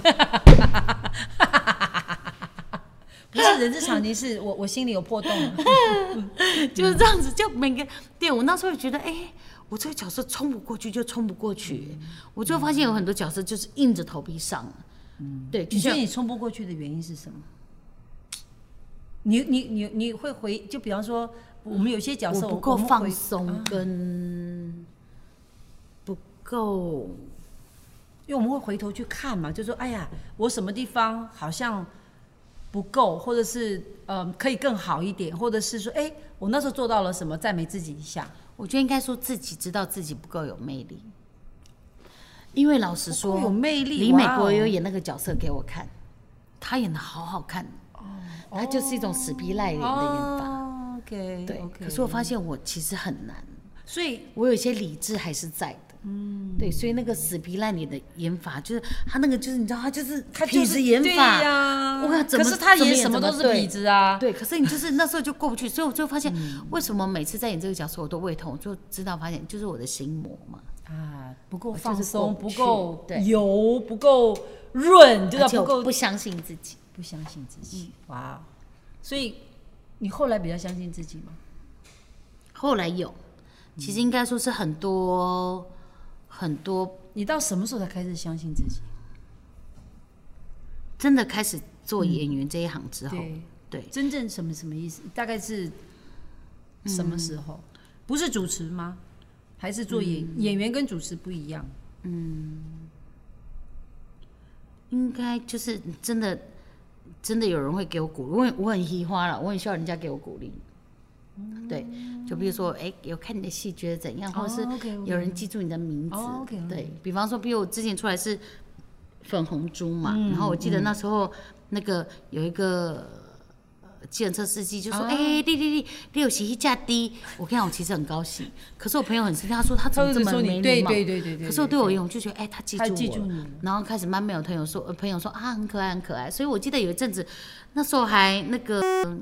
不是人之常情，是我我心里有破洞了。 就是这样子，就每个对我那时候觉得，哎、欸。我这个角色冲不过去就冲不过去、嗯，我就发现有很多角色就是硬着头皮上了。嗯，对。 你觉得你冲不过去的原因是什么？你你你你会回，就比方说，我们有些角色我不够放松，跟不够， 因为我们会回头去看嘛，就说，哎呀，我什么地方好像不够，或者是呃可以更好一点，或者是说，哎，我那时候做到了什么，赞美自己一下。 我觉得应该说自己知道自己不够有魅力，因为老实说， 有魅力。 李美国有演那个角色给我看，他演的好好看，哦，他就是一种死皮赖脸的演法。 哦、OK， 对。 Okay. 可是我发现我其实很难， 所以我有一些理智还是在的。嗯，对，所以那个死皮赖脸的演法，就是他那个就是你知道，他就是痞子演法。对呀、啊，我可是他演什么都是痞子啊。 对，可是你就是那时候就过不去，所以我就发现，为什么每次在演这个角色我都胃痛，我就知道发现就是我的心魔嘛。 啊，不够放松，不够油，不够润，知道不够， 不相信自己， 不相信自己。嗯、哇，所以你后来比较相信自己吗？ 后来有，其实应该说是很多。很多， 你到什么时候才开始相信自己？ 真的开始做演员这一行之后，嗯、对, 对， 真正什么什么意思？大概是什么时候？嗯、不是主持吗？还是做演、嗯、演员跟主持不一样？ 嗯，应该就是真的，真的有人会给我鼓励。我很我很喜欢了，我很需要人家给我鼓励。对，就比如说，哎，有看你的戏觉得怎样，或者是有人记住你的名字。 Oh, okay, okay. 对，比方说，比如我之前出来是粉红猪嘛，嗯、然后我记得那时候那个有一个计程车司机就说：“哎、oh. 欸，你你你你有洗衣架低。”我跟你讲，我其实很高兴，可是我朋友很生气，他说他怎么这么没礼貌？ 对对对对对。 可是我对我用就觉得，哎、欸，他记住我了， 记住你， 然后开始慢慢有朋友说，朋友说啊，很可爱很可爱。所以我记得有一阵子，那时候还那个。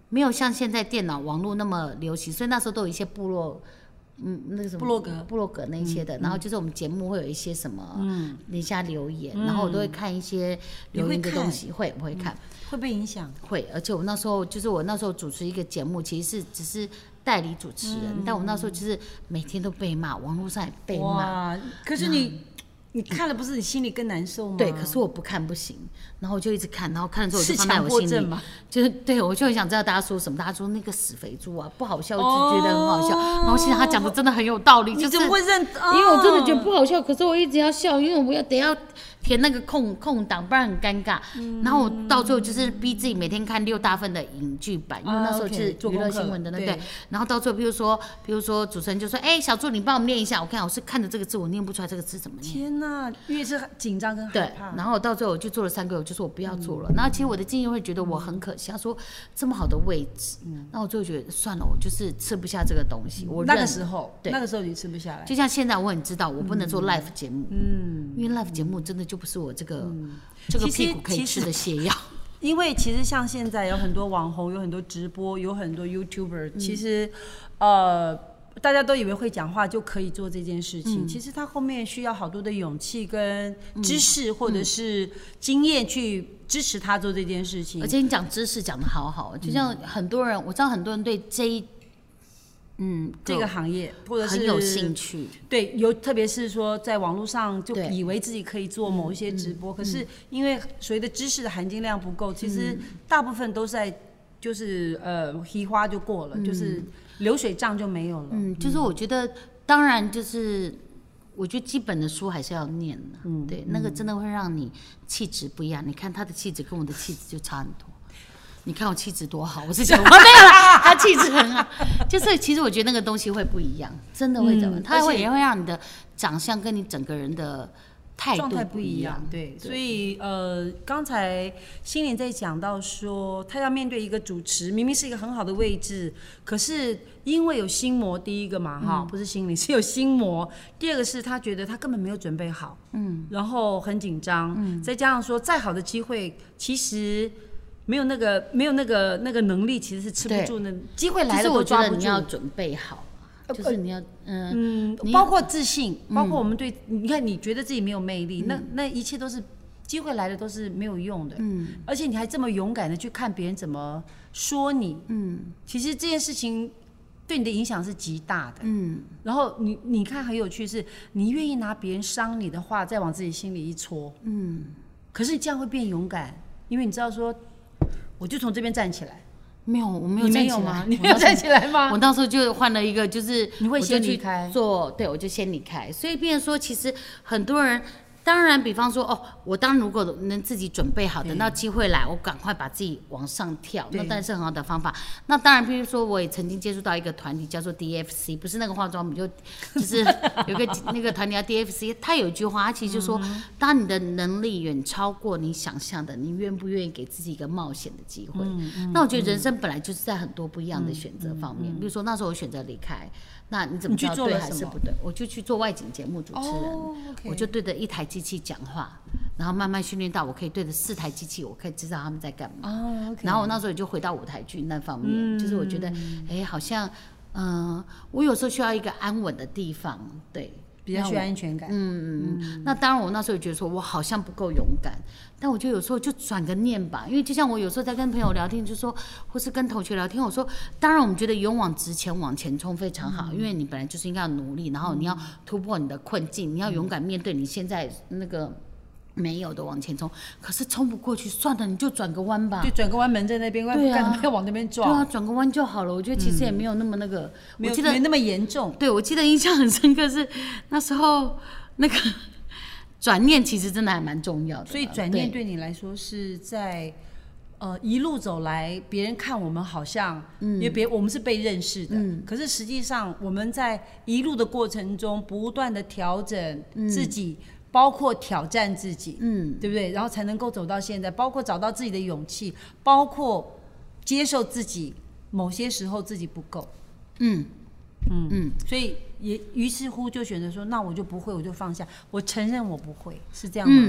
没有像现在电脑网络那么流行，所以那时候都有一些部落。嗯，那个什么部落格、 部落格那些的， 嗯、 然后就是我们节目会有一些什么， 嗯， 人家留言， 嗯、 然后我都会看一些留言的东西，会我会看、嗯， 会被影响， 会，而且我那时候就是我那时候主持一个节目，其实是只是代理主持人，嗯、但我那时候就是每天都被骂，网络上也被骂， 哇，可是你。你看了不是你心里更难受吗？ 对，可是我不看不行，然后我就一直看，然后看了之后我就放在我心里，就是对我就很想知道大家说什么，大家说那个死肥猪啊不好笑，我只觉得很好笑，哦、然后心想他讲的真的很有道理，就是你怎么会认？ 哦、因为我真的觉得不好笑，可是我一直要笑，因为我要等要填那个空空档，不然很尴尬。嗯、然后我到最后就是逼自己每天看六大份的影剧版，因为那时候是娱乐新闻的，对不对？然后到最后，比如说，比如说主持人就说：“哎、欸，小助你帮我们念一下。”我看我是看着这个字，我念不出来这个字怎么念。 天哪，越是紧张跟害怕。 对，然后到最后我就做了三个月，我就说我不要做了。嗯、然后其实我的经纪会觉得我很可惜，他说这么好的位置，嗯、然后我最后觉得算了，我就是吃不下这个东西。我那个时候，对，那个时候你吃不下来。 就像现在，我很知道我不能做 live 节目，嗯，因为 live 节目真的就不是我这个、嗯、这个屁股可以吃的泻药。 因为其实像现在有很多网红，有很多直播，有很多 YouTuber，、嗯、其实，呃。大家都以为会讲话就可以做这件事情，嗯、其实他后面需要好多的勇气跟知识或者是经验去支持他做这件事情。 而且你讲知识讲得好好，就像很多人，我知道很多人对这一嗯这个行业或者是很有兴趣， 对，有特别是说在网络上就以为自己可以做某一些直播，可是因为所谓的知识的含金量不够，其实大部分都是在就是呃稀花就过了，嗯、就是流水账就没有了。 嗯，就是我觉得，当然就是我觉得基本的书还是要念的，嗯，对，那个真的会让你气质不一样。你看他的气质跟我的气质就差很多。你看我气质多好，我是讲我没有啦，他气质很好，就是其实我觉得那个东西会不一样，真的会这样，嗯、它会也会让你的长相跟你整个人的态度不一样。 对，对，所以呃，刚才心莲在讲到说，他要面对一个主持，明明是一个很好的位置，可是因为有心魔，第一个嘛哈，嗯、不是心灵是有心魔，第二个是他觉得他根本没有准备好，嗯，然后很紧张，嗯，再加上说再好的机会，其实。没有那个没有那个那个能力，其实是吃不住。那机会来了都抓不住。 我觉得你要准备好，就是你要嗯嗯，包括自信，包括我们对，你看你觉得自己没有魅力，那那一切都是机会来了都是没有用的。嗯，而且你还这么勇敢的去看别人怎么说你，嗯，其实这件事情对你的影响是极大的。嗯，然后你你看很有趣是，你愿意拿别人伤你的话再往自己心里一戳，嗯，可是你这样会变勇敢，因为你知道说。我就从这边站起来， 没有，我没有站起来吗？你没有站起来吗？ 我到时候就换了一个，就是你会先离开， 做对，我就先离开。所以，变成说，其实很多人，当然，比方说，哦，我当然如果能自己准备好，等到机会来，我赶快把自己往上跳，那当然是很好的方法。那当然，比如说，我也曾经接触到一个团体叫做 D F C， 不是那个化妆品，就就是有个那个团体叫 D F C， 他有一句话，他其实就说，嗯、当你的能力远超过你想象的，你愿不愿意给自己一个冒险的机会？嗯嗯、那我觉得人生本来就是在很多不一样的选择方面，嗯嗯、比如说那时候我选择离开。那你怎么知道对还是不对？我就去做外景节目主持人， oh, okay. 我就对着一台机器讲话，然后慢慢训练到我可以对着四台机器，我可以知道他们在干嘛。Oh, okay. 然后我那时候也就回到舞台剧那方面，嗯、就是我觉得，哎，好像，嗯、呃，我有时候需要一个安稳的地方，对。 比较需要安全感。 嗯嗯，那当然，我那时候也觉得说我好像不够勇敢，但我觉得有时候就转个念吧，因为就像我有时候在跟朋友聊天，就说或是跟同学聊天，我说，当然我们觉得勇往直前往前冲非常好，嗯、因为你本来就是应该要努力，然后你要突破你的困境，你要勇敢面对你现在那个。没有的往前冲，可是冲不过去，算了，你就转个弯吧。 就转个弯，门在那边，对啊，不要往那边撞。 对啊，转个弯就好了。我觉得其实也没有那么那个， 嗯、我记得没那么严重。 对，我记得印象很深刻是那时候那个转念，其实真的还蛮重要的。 所以转念对你来说是在呃一路走来，别人看我们好像，嗯、因为别我们是被认识的，嗯、可是实际上我们在一路的过程中不断的调整自己。嗯包括挑战自己，嗯，对不对？然后才能够走到现在，包括找到自己的勇气，包括接受自己某些时候自己不够，嗯嗯嗯，所以也于是乎就选择说，那我就不会，我就放下，我承认我不会，是这样吗？ 嗯，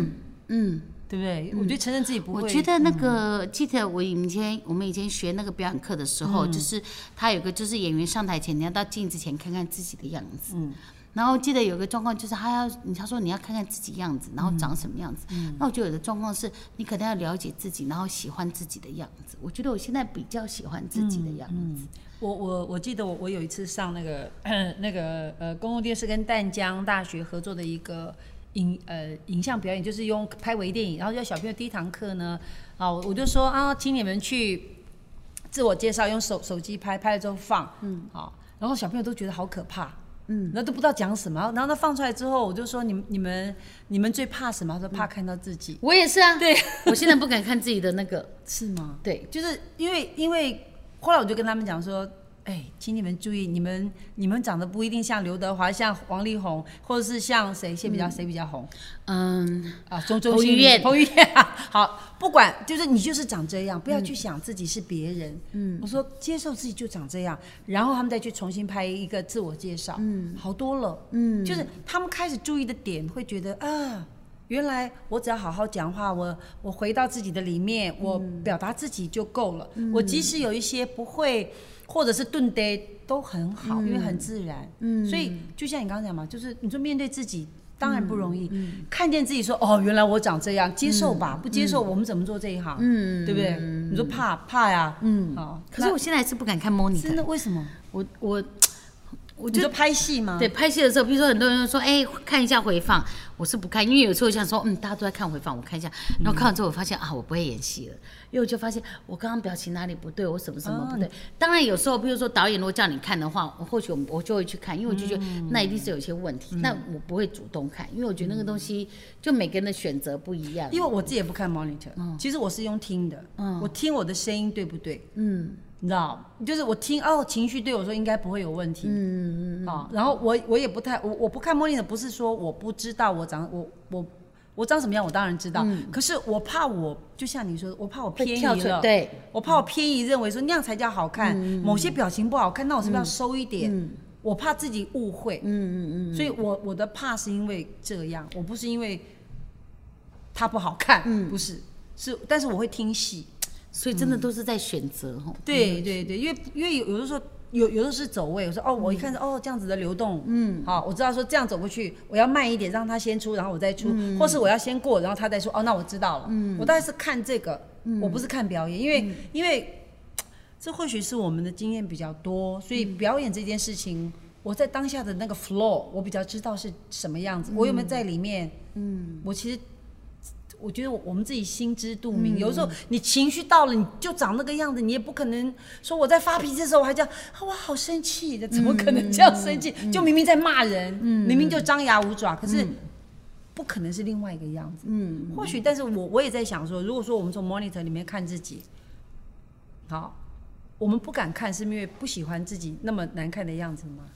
嗯，对不对？嗯、我觉得承认自己不会。 我觉得那个、嗯、记得我以前我们以前学那个表演课的时候，嗯、就是他有个就是演员上台前你要到镜子前看看自己的样子。嗯。然后记得有个状况就是他要他说你要看看自己样子，然后长什么样子。嗯、那我觉得有的状况是你可能要了解自己，然后喜欢自己的样子。我觉得我现在比较喜欢自己的样子。嗯嗯、 我我我记得我我有一次上那个那个呃公共电视跟淡江大学合作的一个影呃影像表演，就是用拍微电影，然后叫小朋友第一堂课呢，啊我就说啊，请你们去自我介绍，用手手机拍，拍了之后放，嗯，好，然后小朋友都觉得好可怕。嗯，然后都不知道讲什么，然后他放出来之后，我就说你们你们你们最怕什么？他说怕看到自己。 我也是啊， 对， 我现在不敢看自己的那个， 是吗？ 对， 就是因为因为后来我就跟他们讲说，哎，请你们注意，你们你们长得不一定像刘德华、像王力宏，或者是像谁谁比较谁、嗯、比较红？嗯啊，中中心彭彭于晏啊，好，不管就是你就是长这样，不要去想自己是别人。嗯，我说接受自己就长这样，然后他们再去重新拍一个自我介绍，嗯，好多了。嗯，就是他们开始注意的点，会觉得啊。原来我只要好好讲话，我我回到自己的里面，我表达自己就够了。嗯、我即使有一些不会，或者是顿呆都很好，嗯、因为很自然。嗯，所以就像你刚刚讲嘛，就是你说面对自己当然不容易，嗯嗯、看见自己说哦，原来我长这样，接受吧，嗯、不接受、嗯、我们怎么做这一行？嗯，对不对？嗯、你说怕怕呀，嗯，好。 可是我现在还是不敢看 monitor， 真的为什么？ 我我。我就拍戏吗？ 对，拍戏的时候，比如说很多人说，哎、欸，看一下回放，我是不看，因为有时候我想说，嗯，大家都在看回放，我看一下，然后看完之后，我发现啊，我不会演戏了，因为我就发现我刚刚表情哪里不对，我什么什么不对。哦、当然有时候，比如说导演如果叫你看的话，或许我我就会去看，因为我就觉得那一定是有一些问题，嗯、那我不会主动看，因为我觉得那个东西就每个人的选择不一样。 因为我自己也不看 monitor，、嗯、其实我是用听的，嗯、我听我的声音对不对？嗯。你知道，就是我听哦，情绪对我说应该不会有问题，嗯嗯嗯，啊，然后我我也不太，我我不看 monitor， 不是说我不知道我长我我我长什么样，我当然知道，嗯、可是我怕我就像你说的，我怕我偏移了， 对， 我怕我偏移，认为说那样才叫好看，嗯、某些表情不好看，那我是不是要收一点？嗯、我怕自己误会，嗯嗯嗯，所以我我的怕是因为这样，我不是因为它不好看，嗯、不是，是，但是我会听戏。 所以真的都是在选择哈、嗯， 对对对，因为因为有有的时候有有的是走位，我说哦，我一看是、嗯、哦这样子的流动，嗯，好，我知道说这样走过去，我要慢一点，让他先出，然后我再出，嗯、或是我要先过，然后他再出，哦，那我知道了，嗯，我大概是看这个，嗯、我不是看表演，因为、嗯、因为这或许是我们的经验比较多，所以表演这件事情，我在当下的那个 flow， 我比较知道是什么样子，嗯、我有没有在里面，嗯，我其实。我觉得我们自己心知肚明，嗯、有时候你情绪到了，你就长那个样子，你也不可能说我在发脾气的时候我还这样，啊、我好生气的，怎么可能这样生气？嗯、就明明在骂人，嗯、明明就张牙舞爪，可是不可能是另外一个样子。嗯，或许，但是我我也在想说，如果说我们从 monitor 里面看自己，好，我们不敢看，是因为不喜欢自己那么难看的样子吗？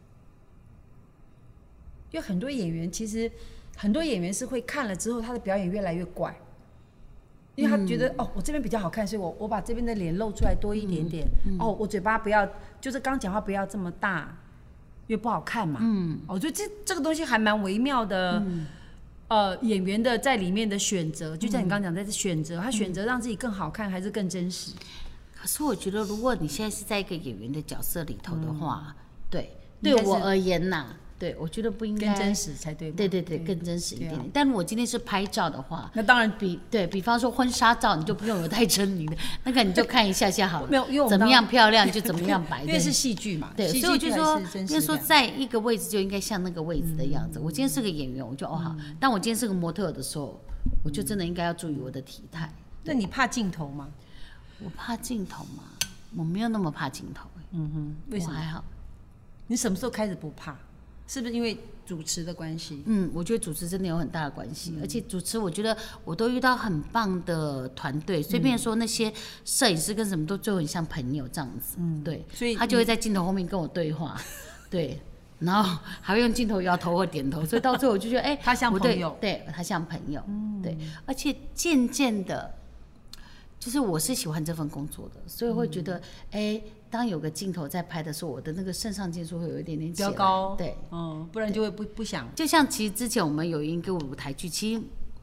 因为很多演员其实。很多演员是会看了之后，他的表演越来越怪，因为他觉得、嗯、哦，我这边比较好看，所以我我把这边的脸露出来多一点点。嗯嗯、哦，我嘴巴不要，就是刚讲话不要这么大，因为不好看嘛。嗯，我觉得这这个东西还蛮微妙的。嗯、呃，演员的在里面的选择，就像你刚刚讲，在这选择，他选择让自己更好看，还是更真实？ 可是我觉得，如果你现在是在一个演员的角色里头的话，嗯、对，对我而言呐。对，我觉得不应该更真实才对。 对对对，对更真实一点点。啊、但如果今天是拍照的话， 那当然比对比方说婚纱照，你就不用有太狰狞的，那个你就看一下下好了。 没有，因为我怎么样漂亮就怎么样摆， 因为是戏剧嘛。 对，所以我就说，应该说在一个位置就应该像那个位置的样子。嗯、我今天是个演员，我就哦好；嗯、但我今天是个模特的时候，我就真的应该要注意我的体态。 那你怕镜头吗？ 我怕镜头吗？我没有那么怕镜头。 嗯哼，为什么？ 我还好。 你什么时候开始不怕？是不是因为主持的关系？ 嗯，我觉得主持真的有很大的关系，嗯、而且主持我觉得我都遇到很棒的团队，随便说那些摄影师跟什么都就很像朋友这样子，嗯，对，所以他就会在镜头后面跟我对话，对，然后还会用镜头摇头或点头，所以到最后我就觉得，哎、欸， 他像朋友， 对，他像朋友，嗯、对，而且渐渐的。就是我是喜欢这份工作的，所以会觉得，哎、嗯，当有个镜头在拍的时候，我的那个肾上腺素会有一点点起来， 比较高， 对， 嗯，不然就会不不想。 就像其实之前我们有一个舞台剧，其实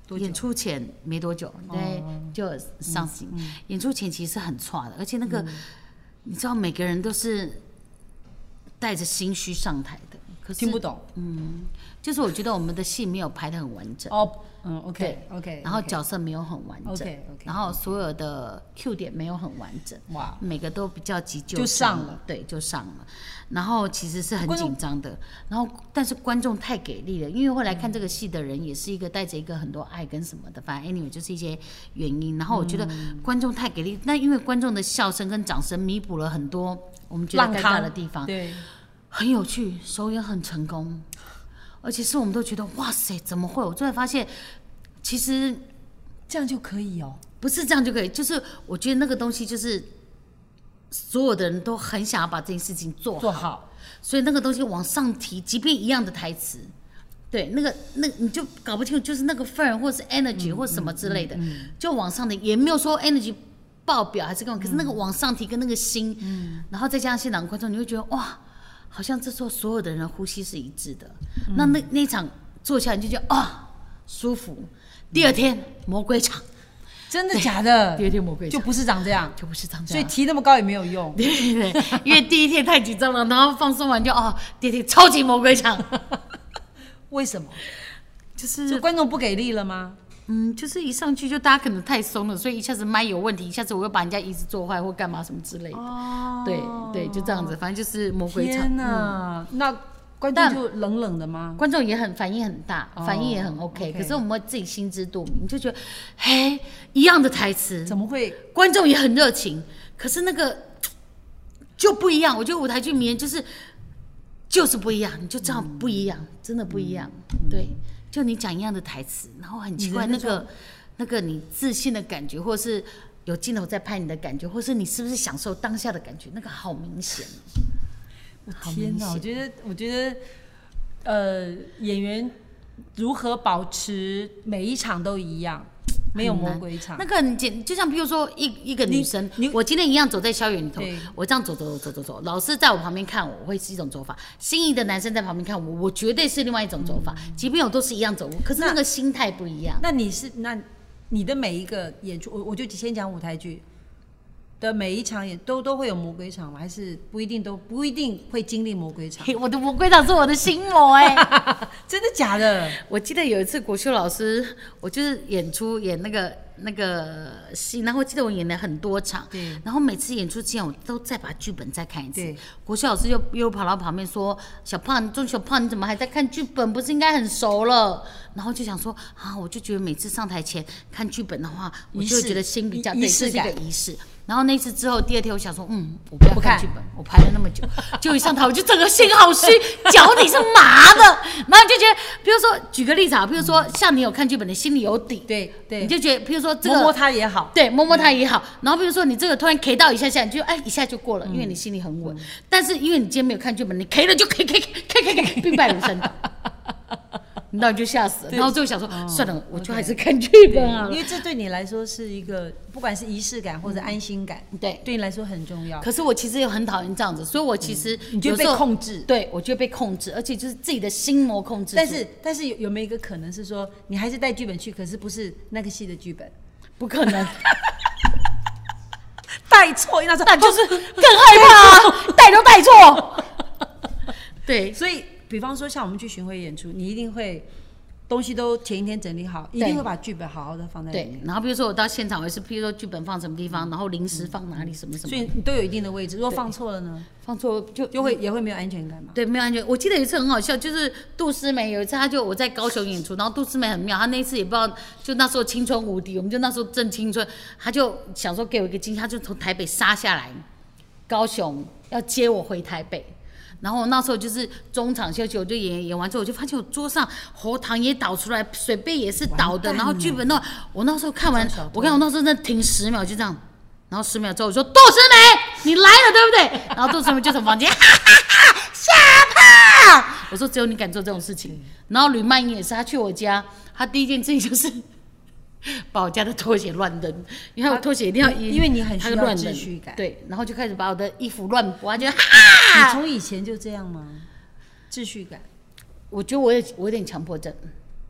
演出前没多久，对，就上行。嗯嗯、演出前其实很差的，而且那个、嗯、你知道，每个人都是带着心虚上台的，可是听不懂。 嗯，就是我觉得我们的戏没有排得很完整。 哦，嗯 ，OK OK， 然后角色没有很完整 ，OK OK， 然后所有的 Q 点没有很完整，哇，每个都比较急救就上了， 对，就上了。然后其实是很紧张的，然后但是观众太给力了，因为后来看这个戏的人也是一个带着一个很多爱跟什么的，反正 anyway 就是一些原因。然后我觉得观众太给力，那因为观众的笑声跟掌声弥补了很多我们觉得尴尬的地方， 对， 很有趣，首演很成功，而且是我们都觉得哇塞，怎么会？我最后发现，其实这样就可以哦， 不是这样就可以，就是我觉得那个东西就是。所有的人都很想要把这件事情做好， 做好， 所以那个东西往上提，即便一样的台词，对，那个那你就搞不清楚，就是那个份儿，或是 energy、嗯、或什么之类的，嗯嗯、就往上的，也没有说 energy 爆表还是干嘛，可是那个往上提跟那个心，嗯、然后再加上现场观众，你会觉得哇，好像这时候所有的人的呼吸是一致的，嗯、那那那一场做下来你就觉得啊、哦、舒服。第二天、嗯、魔鬼场。 真的假的？ 第二天魔鬼就不是长这样， 就不是长这样， 所以提那么高也没有用。 对对对，因为第一天太紧张了，然后放松完就哦，第二天超级魔鬼场。 为什么？ 就是就观众不给力了吗？ 嗯，就是一上去就大家可能太松了，所以一下子麦有问题，一下子我又把人家椅子坐坏或干嘛什么之类的。哦，对对，就这样子，反正就是魔鬼场。 天哪，嗯、那。观众就冷冷的吗？ 观众也很反应很大，哦、反应也很 OK, OK。可是我们自己心知肚明，就觉得，嘿，一样的台词， 怎么会？ 观众也很热情，可是那个就不一样。我觉得舞台剧迷人就是就是不一样，你就知道不一样，嗯、真的不一样。嗯、对，就你讲一样的台词，然后很奇怪，那个那个你自信的感觉，或是有镜头在拍你的感觉，或是你是不是享受当下的感觉，那个好明显。 天哪！我觉得，我觉得，呃，演员如何保持每一场都一样，没有魔鬼场。 那个很简，就像比如说一一个女生，我今天一样走在校园里头，我这样走走走走走，老师在我旁边看我，会是一种走法；心仪的男生在旁边看我，我绝对是另外一种走法。嗯、即便我都是一样走路，可是那个心态不一样。 那你是那你的每一个演出，我我就先讲舞台剧。的每一场也都都会有魔鬼场吗？还是不一定都不一定会经历魔鬼场？ 我的魔鬼场是我的心魔哎、欸， 真的假的？ 我记得有一次国修老师，我就是演出演那个那个戏，然后我记得我演了很多场，对，然后每次演出之前我都再把剧本再看一次。对，国修老师又又跑到旁边说：“小胖，钟小胖，你怎么还在看剧本？不是应该很熟了？”然后就想说啊，我就觉得每次上台前看剧本的话，我就觉得心比较对，这是一个仪式。然后那次之后，第二天我想说，嗯，我不要看剧本，我排了那么久，就一上台我就整个心好虚，脚底是麻的，然后就觉得，比如说举个例子啊，比如说像你有看剧本，你心里有底， 对对， 你就觉得，比如说这个摸摸它也好， 对，摸摸它也好。然后比如说你这个突然 K 到一下下，你就哎一下就过了，因为你心里很稳。但是因为你今天没有看剧本，你 K 了就 K K K K K K 兵败如山倒。然后就吓死了，然后最后想说、哦、算了，我就还是看剧本啊， 因为这对你来说是一个不管是仪式感或者安心感， 嗯、对， 对你来说很重要。 可是我其实也很讨厌这样子，所以我其实、 嗯、你就被控制， 对我就被控制，而且就是自己的心魔控制。 但是但是有有没有一个可能是说，你还是带剧本去，可是不是那个戏的剧本？ 不可能。 带错，那那就是更害怕、啊，带都带错。对， 所以。比方说，像我们去巡回演出，你一定会东西都前一天整理好，一定会把剧本好好的放在里面。 对，然后比如说我到现场，我是譬如说剧本放什么地方，然后零食放哪里，什么什么。 所以你都有一定的位置。如果放错了呢？ 放错就就会也会没有安全感嘛。 对，没有安全。我记得有一次很好笑，就是杜思梅有一次，她就我在高雄演出，然后杜思梅很妙，她那一次也不知道，就那时候青春无敌，我们就那时候正青春，她就想说给我一个惊喜，她就从台北杀下来，高雄要接我回台北。然后那时候就是中场休息，我就演演完之后，我就发现我桌上喉糖也倒出来，水杯也是倒的，然后剧本那我那时候看完，我看我那时候真的停十秒，就这样，然后十秒之后我说杜思梅，你来了对不对？然后杜思梅就从房间，哈哈哈，下趴，我说只有你敢做这种事情。然后吕曼英也是，他去我家，他第一件事情就是把我家的拖鞋乱扔，因为我拖鞋一定要， 因为你很需要秩序感， 对，然后就开始把我的衣服乱拨，他就哈， 你从以前就这样吗？秩序感， 我觉得我有我有点强迫症，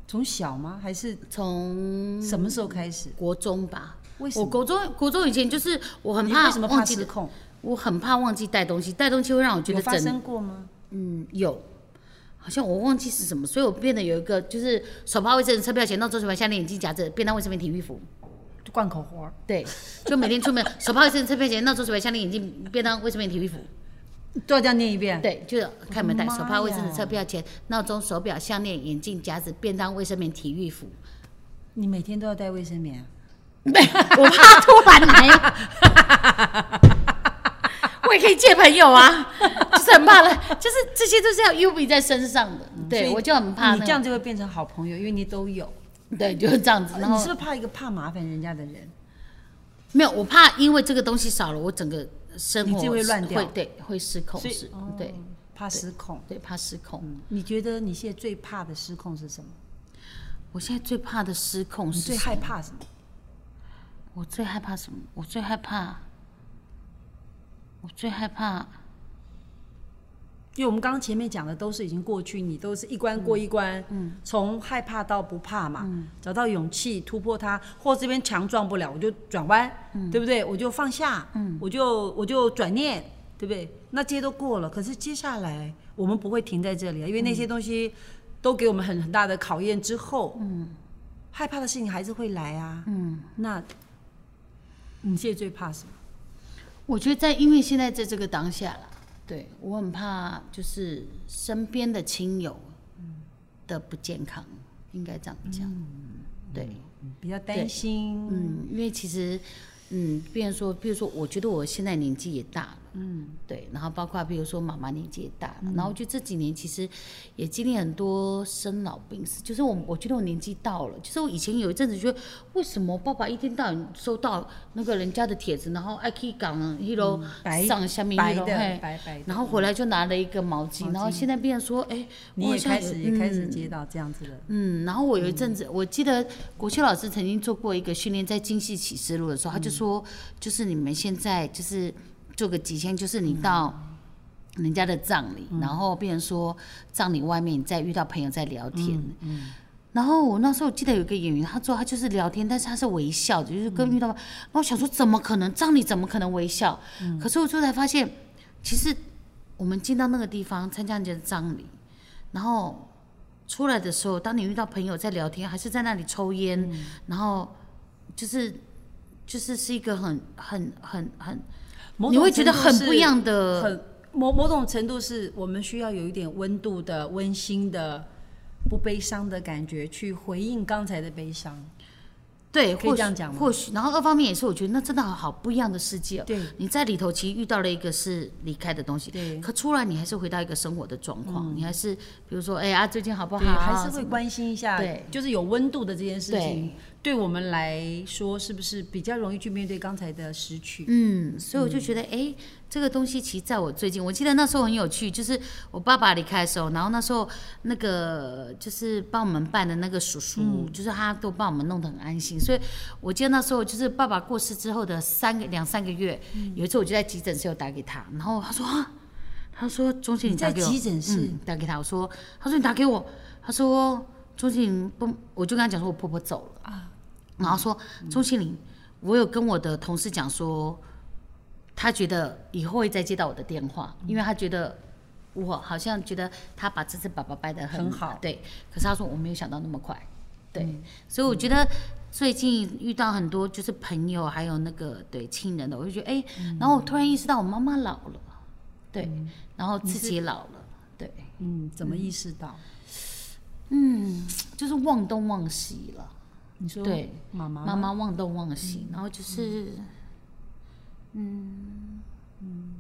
从小吗？还是从什么时候开始？ 国中吧。 为什么？ 我国中国中以前就是我很怕你为什么怕忘记失控？ 我很怕忘记带东西，带东西会让我觉得有发整生过吗？ 嗯有。好像我忘记是什么，所以我变得有一个就是手帕、卫生纸、车票钱、闹钟、手表、项链、眼镜夹着、便当、卫生棉、体育服， 贯口活。 对，就每天出门手帕、卫生纸、车票钱、闹钟、手表、项链、眼镜、便当、卫生棉、体育服， 都要这样念一遍。 对，就是看门带手帕、卫生纸、 呀车票钱、闹钟、手表、项链、眼镜夹子、便当、卫生棉、体育服。 你每天都要带卫生棉啊？ 对，我怕突然来。我也可以借朋友啊，就是很怕了，就是这些都是要 U B 在身上的， 嗯对我就很怕、那个。 你这样就会变成好朋友，因为你都有。 对，就是这样子。然后你是不是怕一个怕麻烦人家的人？ 没有，我怕因为这个东西少了，我整个生活你就会乱掉， 会对，会失控， 所以是， 哦对， 怕失控， 对，怕失控。 嗯你觉得你现在最怕的失控是什么？ 我现在最怕的失控是你最害怕什么？ 我最害怕什么？我最害怕，我最害怕。 因为我们刚刚前面讲的都是已经过去，你都是一关过一关，嗯，从害怕到不怕嘛，嗯，找到勇气突破它，或这边墙撞不了，我就转弯，嗯，对不对？我就放下，嗯，我就我就转念，对不对？那这些都过了，可是接下来我们不会停在这里啊，因为那些东西都给我们很很大的考验之后，嗯，害怕的事情还是会来啊，嗯，那你现在最怕什么？ 我觉得在因为现在在这个当下了。对我很怕，就是身边的亲友的不健康，应该这样讲。嗯、对、 嗯，比较担心。 嗯，因为其实，嗯，比如说，比如说，我觉得我现在年纪也大了。 嗯， 对，然后包括比如说妈妈年纪也大了，嗯、然后我觉得这几年其实也经历很多生老病死，就是我我觉得我年纪到了，就是我以前有一阵子觉得为什么爸爸一天到晚收到那个人家的帖子，然后爱去讲一楼上下面一楼， 白白白， 然后回来就拿了一个毛巾，毛巾然后现在变成说，哎， 你也开始、 嗯、 也开始接到这样子的， 嗯，然后我有一阵子，嗯、我记得国修老师曾经做过一个训练，在精细启示录的时候，他就说，就是你们现在就是。做个极限，就是你到人家的葬礼，嗯、然后变成说葬礼外面你再遇到朋友在聊天，嗯嗯、然后我那时候记得有一个演员，他说他就是聊天，但是他是微笑的，就是跟遇到，嗯、然后我想说怎么可能葬礼怎么可能微笑？嗯、可是我最后才发现，其实我们进到那个地方参加人家的葬礼，然后出来的时候，当你遇到朋友在聊天，还是在那里抽烟，嗯、然后就是就是是一个很很很很。你会觉得很不一样的， 很某某种程度是我们需要有一点温度的、温馨的、不悲伤的感觉，去回应刚才的悲伤。 对， 可以这样讲吗？ 或许，然后二方面也是，我觉得那真的好不一样的世界。 对， 你在里头其实遇到了一个是离开的东西， 对， 可出来你还是回到一个生活的状况，嗯、你还是比如说，哎啊，最近好不好？ 还是会关心一下， 对， 就是有温度的这件事情。对我们来说，是不是比较容易去面对刚才的失去？ 嗯，所以我就觉得，哎、嗯，这个东西其实在我最近，我记得那时候很有趣，就是我爸爸离开的时候，然后那时候那个就是帮我们办的那个叔叔，嗯、就是他都帮我们弄得很安心。所以我记得那时候就是爸爸过世之后的三个两三个月，嗯、有一次我就在急诊室有打给他，然后他说啊，他说钟欣你打给我， 在急诊室、 嗯、打给他，我说，他说你打给我，他说钟欣不，我就跟他讲说我婆婆走了啊。然后说钟欣凌，我有跟我的同事讲说，他觉得以后会再接到我的电话，因为他觉得我好像觉得他把这次爸爸掰得 很, 很好， 对。可是他说我没有想到那么快，对。嗯、所以我觉得最近遇到很多就是朋友还有那个对亲人的，我就觉得哎，嗯、然后我突然意识到我妈妈老了，对，嗯、然后自己也老了，对。 嗯，怎么意识到？ 嗯，就是忘东忘西了。 你说对， 妈妈妈妈忘东忘西，嗯、然后就是，嗯嗯，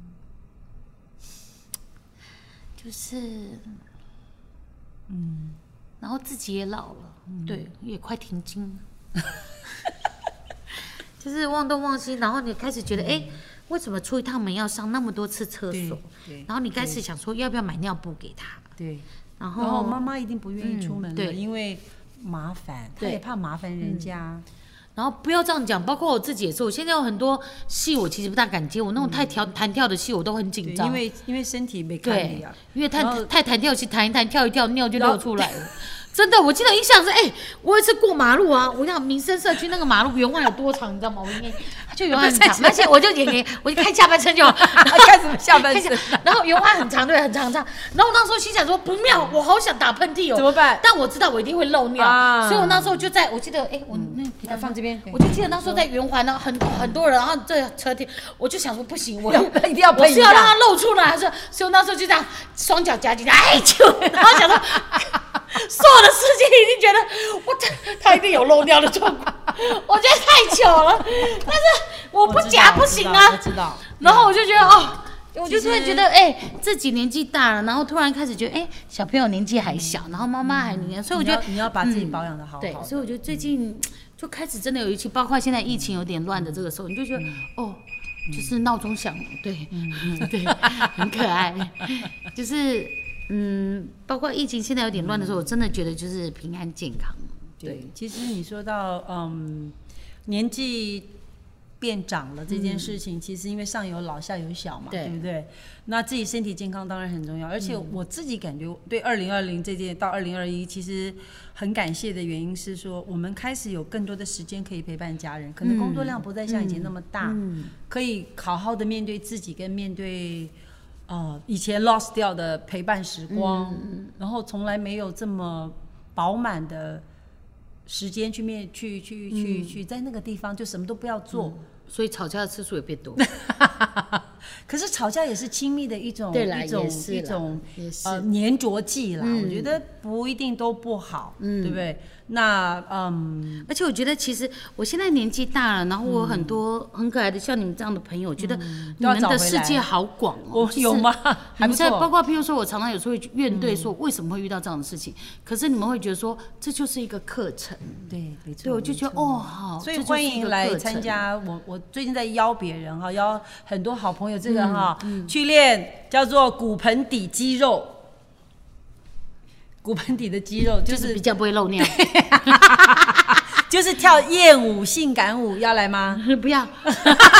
就是，嗯，然后自己也老了，嗯、对，也快停经了，就是忘东忘西，然后你开始觉得，哎、嗯，为什么出一趟门要上那么多次厕所？然后你开始想说，要不要买尿布给他？ 对， 然后妈妈一定不愿意出门了，嗯、对，因为。麻烦，他也怕麻烦人家、嗯， 然后不要这样讲。包括我自己也是，我现在有很多戏，我其实不大敢接。我那种太跳弹跳的戏，我都很紧张， 因为因为身体没看力啊。 因为太太弹跳戏，弹一弹，跳一跳，尿就流出来了。 真的，我记得印象是，哎、欸，我有一次过马路啊，我讲民生社区那个马路圆环有多长，你知道吗？我应该就圆环很长，而且我就演演，我就看下半身就好， 看什么下半身？ 然后圆环很长，对，很长很长。然后我那时候心想说不妙，我好想打喷嚏哦， 怎么办？ 但我知道我一定会漏尿，啊、所以我那时候就在，我记得，哎、欸，我那给它放这边， 我就记得那时候在圆环呢，很很多人，然后这车停，我就想说不行，我一定要喷一下， 我是要让它露出来，还是？所以我那时候就这样双脚夹紧，哎就，然后想说。所有的司机已经觉得我他一定有漏尿的状况，我觉得太糗了，但是我不夹不行啊。 我知道。 然后我就觉得哦，我就突然觉得哎、欸，自己年纪大了，然后突然开始觉得哎、欸，小朋友年纪还小，然后妈妈还年轻，所以我觉得你要把自己保养的好好。 对，所以我觉得最近就开始真的有一期，包括现在疫情有点乱的这个时候，你就觉得哦。就是闹钟响，对，嗯对，很可爱，就是嗯，包括疫情现在有点乱的时候，我真的觉得就是平安健康。对， 其实你说到嗯年纪变长了这件事情，嗯、其实因为上有老下有小嘛， 对, 对不对？那自己身体健康当然很重要，而且我自己感觉对二零二零这件到二零二一，其实很感谢的原因是说，我们开始有更多的时间可以陪伴家人，可能工作量不再像以前那么大，嗯嗯、可以好好的面对自己跟面对呃以前 lost 掉的陪伴时光，嗯、然后从来没有这么饱满的时间去面去去去去在那个地方就什么都不要做。嗯， 所以吵架的次数也变多。 可是吵架也是亲密的一种一种一种呃粘着剂啦，嗯、我觉得不一定都不好，嗯、对不对？那嗯， 而且我觉得其实我现在年纪大了，然后我很多很可爱的像你们这样的朋友，我觉得你们的世界好广哦。 我有吗？还不错。 包括譬如说，我常常有时候会怨对说为什么会遇到这样的事情，可是你们会觉得说这就是一个课程， 对，没错。 对，我就觉得哦好， 所以欢迎来参加我我最近在邀别人哈，邀很多好朋友这个哈、嗯嗯、去练叫做骨盆底肌肉。骨盆底的肌肉 就, 是、 就是比较不会漏尿， 就是跳艳舞、性感舞，要来吗？ 不要， 不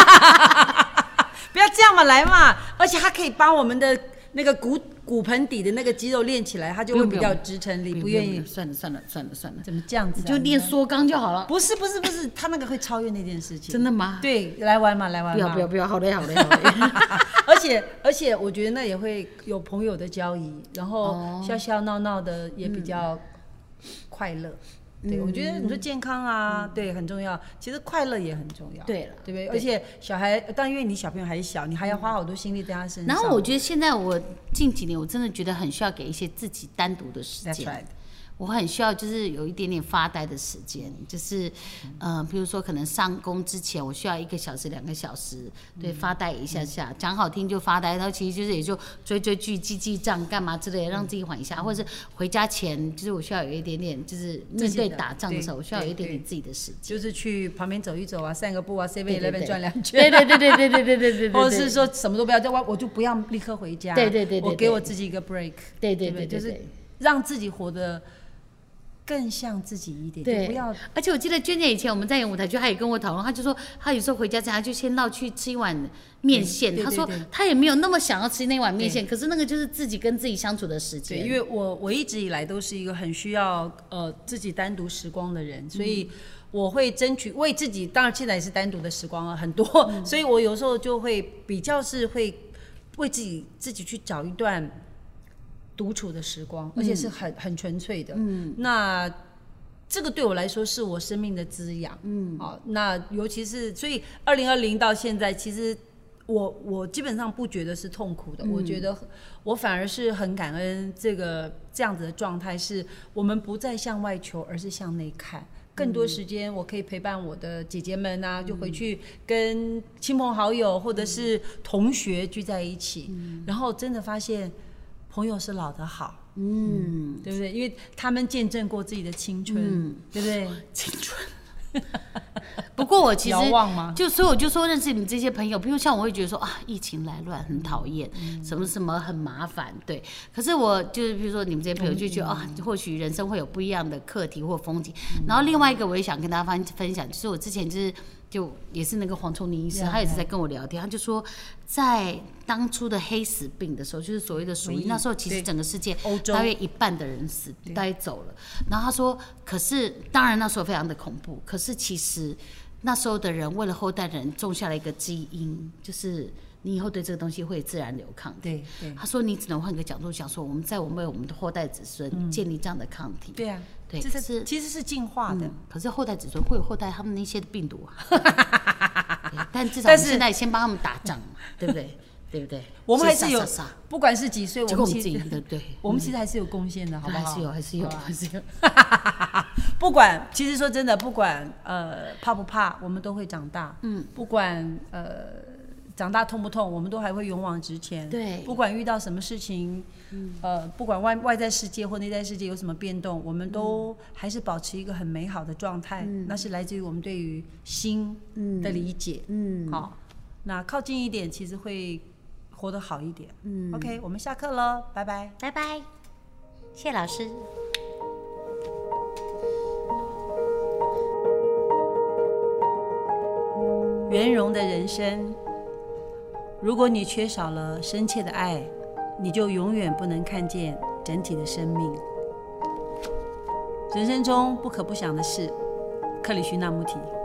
要这样嘛，来嘛！而且它可以帮我们的那个骨骨盆底的那个肌肉练起来，它就会比较有支撑力。不愿意， 算了算了算了算了， 怎么这样子、啊？ 就练缩肛就好了。 不是不是不是，他那个会超越那件事情。 真的吗？ 对，来玩嘛，来玩嘛。 不要不要不要，好累好累好累。 而且而且，我觉得那也会有朋友的交谊，然后笑笑闹闹的也比较快乐。嗯、对，我觉得你说健康啊，嗯、对，很重要。其实快乐也很重要。 对了， 对不对？而且小孩，但因为你小朋友还小，你还要花好多心力在他身上。 然后我觉得现在我近几年，我真的觉得很需要给一些自己单独的时间。 That's right。 我很需要就是有一点点发呆的时间，就是，嗯、呃，比如说可能上工之前，我需要一个小时、两个小时，对，发呆一下下，讲、嗯、好听就发呆，然后其实就是也就追追剧、记记账、干嘛之类的，让自己缓一下，嗯、或者是回家前，就是我需要有一点点，就是面对打仗的时候，我需要有一点点自己的时间， 就是去旁边走一走啊，散个步啊 ，seven eleven 转两圈， 对对对对对对对对对， 或者是说什么都不要，我我就不要立刻回家， 对对对对， 我给我自己一个 break， 对对对， 就是让自己活得更像自己一点， 对， 不要。 而且我记得娟姐以前我们在演舞台剧，她也跟我讨论，她就说她有时候回家之前，她就先绕去吃一碗面线。她说她也没有那么想要吃那碗面线，可是那个就是自己跟自己相处的时间。 对，因为我我一直以来都是一个很需要呃自己单独时光的人，所以我会争取为自己，当然现在也是单独的时光了很多，嗯、所以我有时候就会比较是会为自己自己去找一段独处的时光，而且是很很纯粹的。嗯，那这个对我来说是我生命的滋养。嗯，好，那尤其是所以二零二零到现在，其实我我基本上不觉得是痛苦的，嗯、我觉得我反而是很感恩这个这样子的状态，是我们不再向外求，而是向内看。更多时间我可以陪伴我的姐姐们啊，就回去跟亲朋好友或者是同学聚在一起，嗯、然后真的发现朋友是老的好，嗯，对不对？因为他们见证过自己的青春，嗯、对不对？ 青春。不过说我其实遥望吗？ 就所以我就说认识你们这些朋友，比如像我会觉得说啊，疫情来乱很讨厌，嗯、什么什么很麻烦，对。可是我就是比如说你们这些朋友就觉得、嗯、啊，或许人生会有不一样的课题或风景。嗯、然后另外一个我也想跟大家分分享，就是我之前就是。就也是那个黄崇宁医师，他也是在跟我聊天，他就说，在当初的黑死病的时候，就是所谓的鼠疫，那时候其实整个世界大约一半的人死，大概走了。然后他说，可是当然那时候非常的恐怖，可是其实那时候的人为了后代的人种下了一个基因，就是你以后对这个东西会自然流抗体。 对对， 他说你只能换个角度想说，我们在我们为我们的后代子孙建立这样的抗体。 嗯、对啊。 对， 这是其实是进化的、嗯， 可是后代子孙会有后代他们那些病毒啊，但至少我们现在先帮他们打仗嘛，对不对？对不对？ 我们还是有，不管是几岁，我们其实对对， 我们其实还是有贡献的，好不好？ 还是有，还是有，还是有。 不管，其实说真的，不管呃怕不怕，我们都会长大。嗯，不管呃。长大痛不痛，我们都还会勇往直前。 对， 不管遇到什么事情，嗯、呃，不管外外在世界或内在世界有什么变动，我们都还是保持一个很美好的状态。嗯、那是来自于我们对于心的理解。嗯，好，那靠近一点，其实会活得好一点。嗯 ，OK， 我们下课了，拜拜， 拜拜，谢老师。 圆融的人生。如果你缺少了深切的爱，你就永远不能看见整体的生命。人生中不可不想的事，克里希那穆提。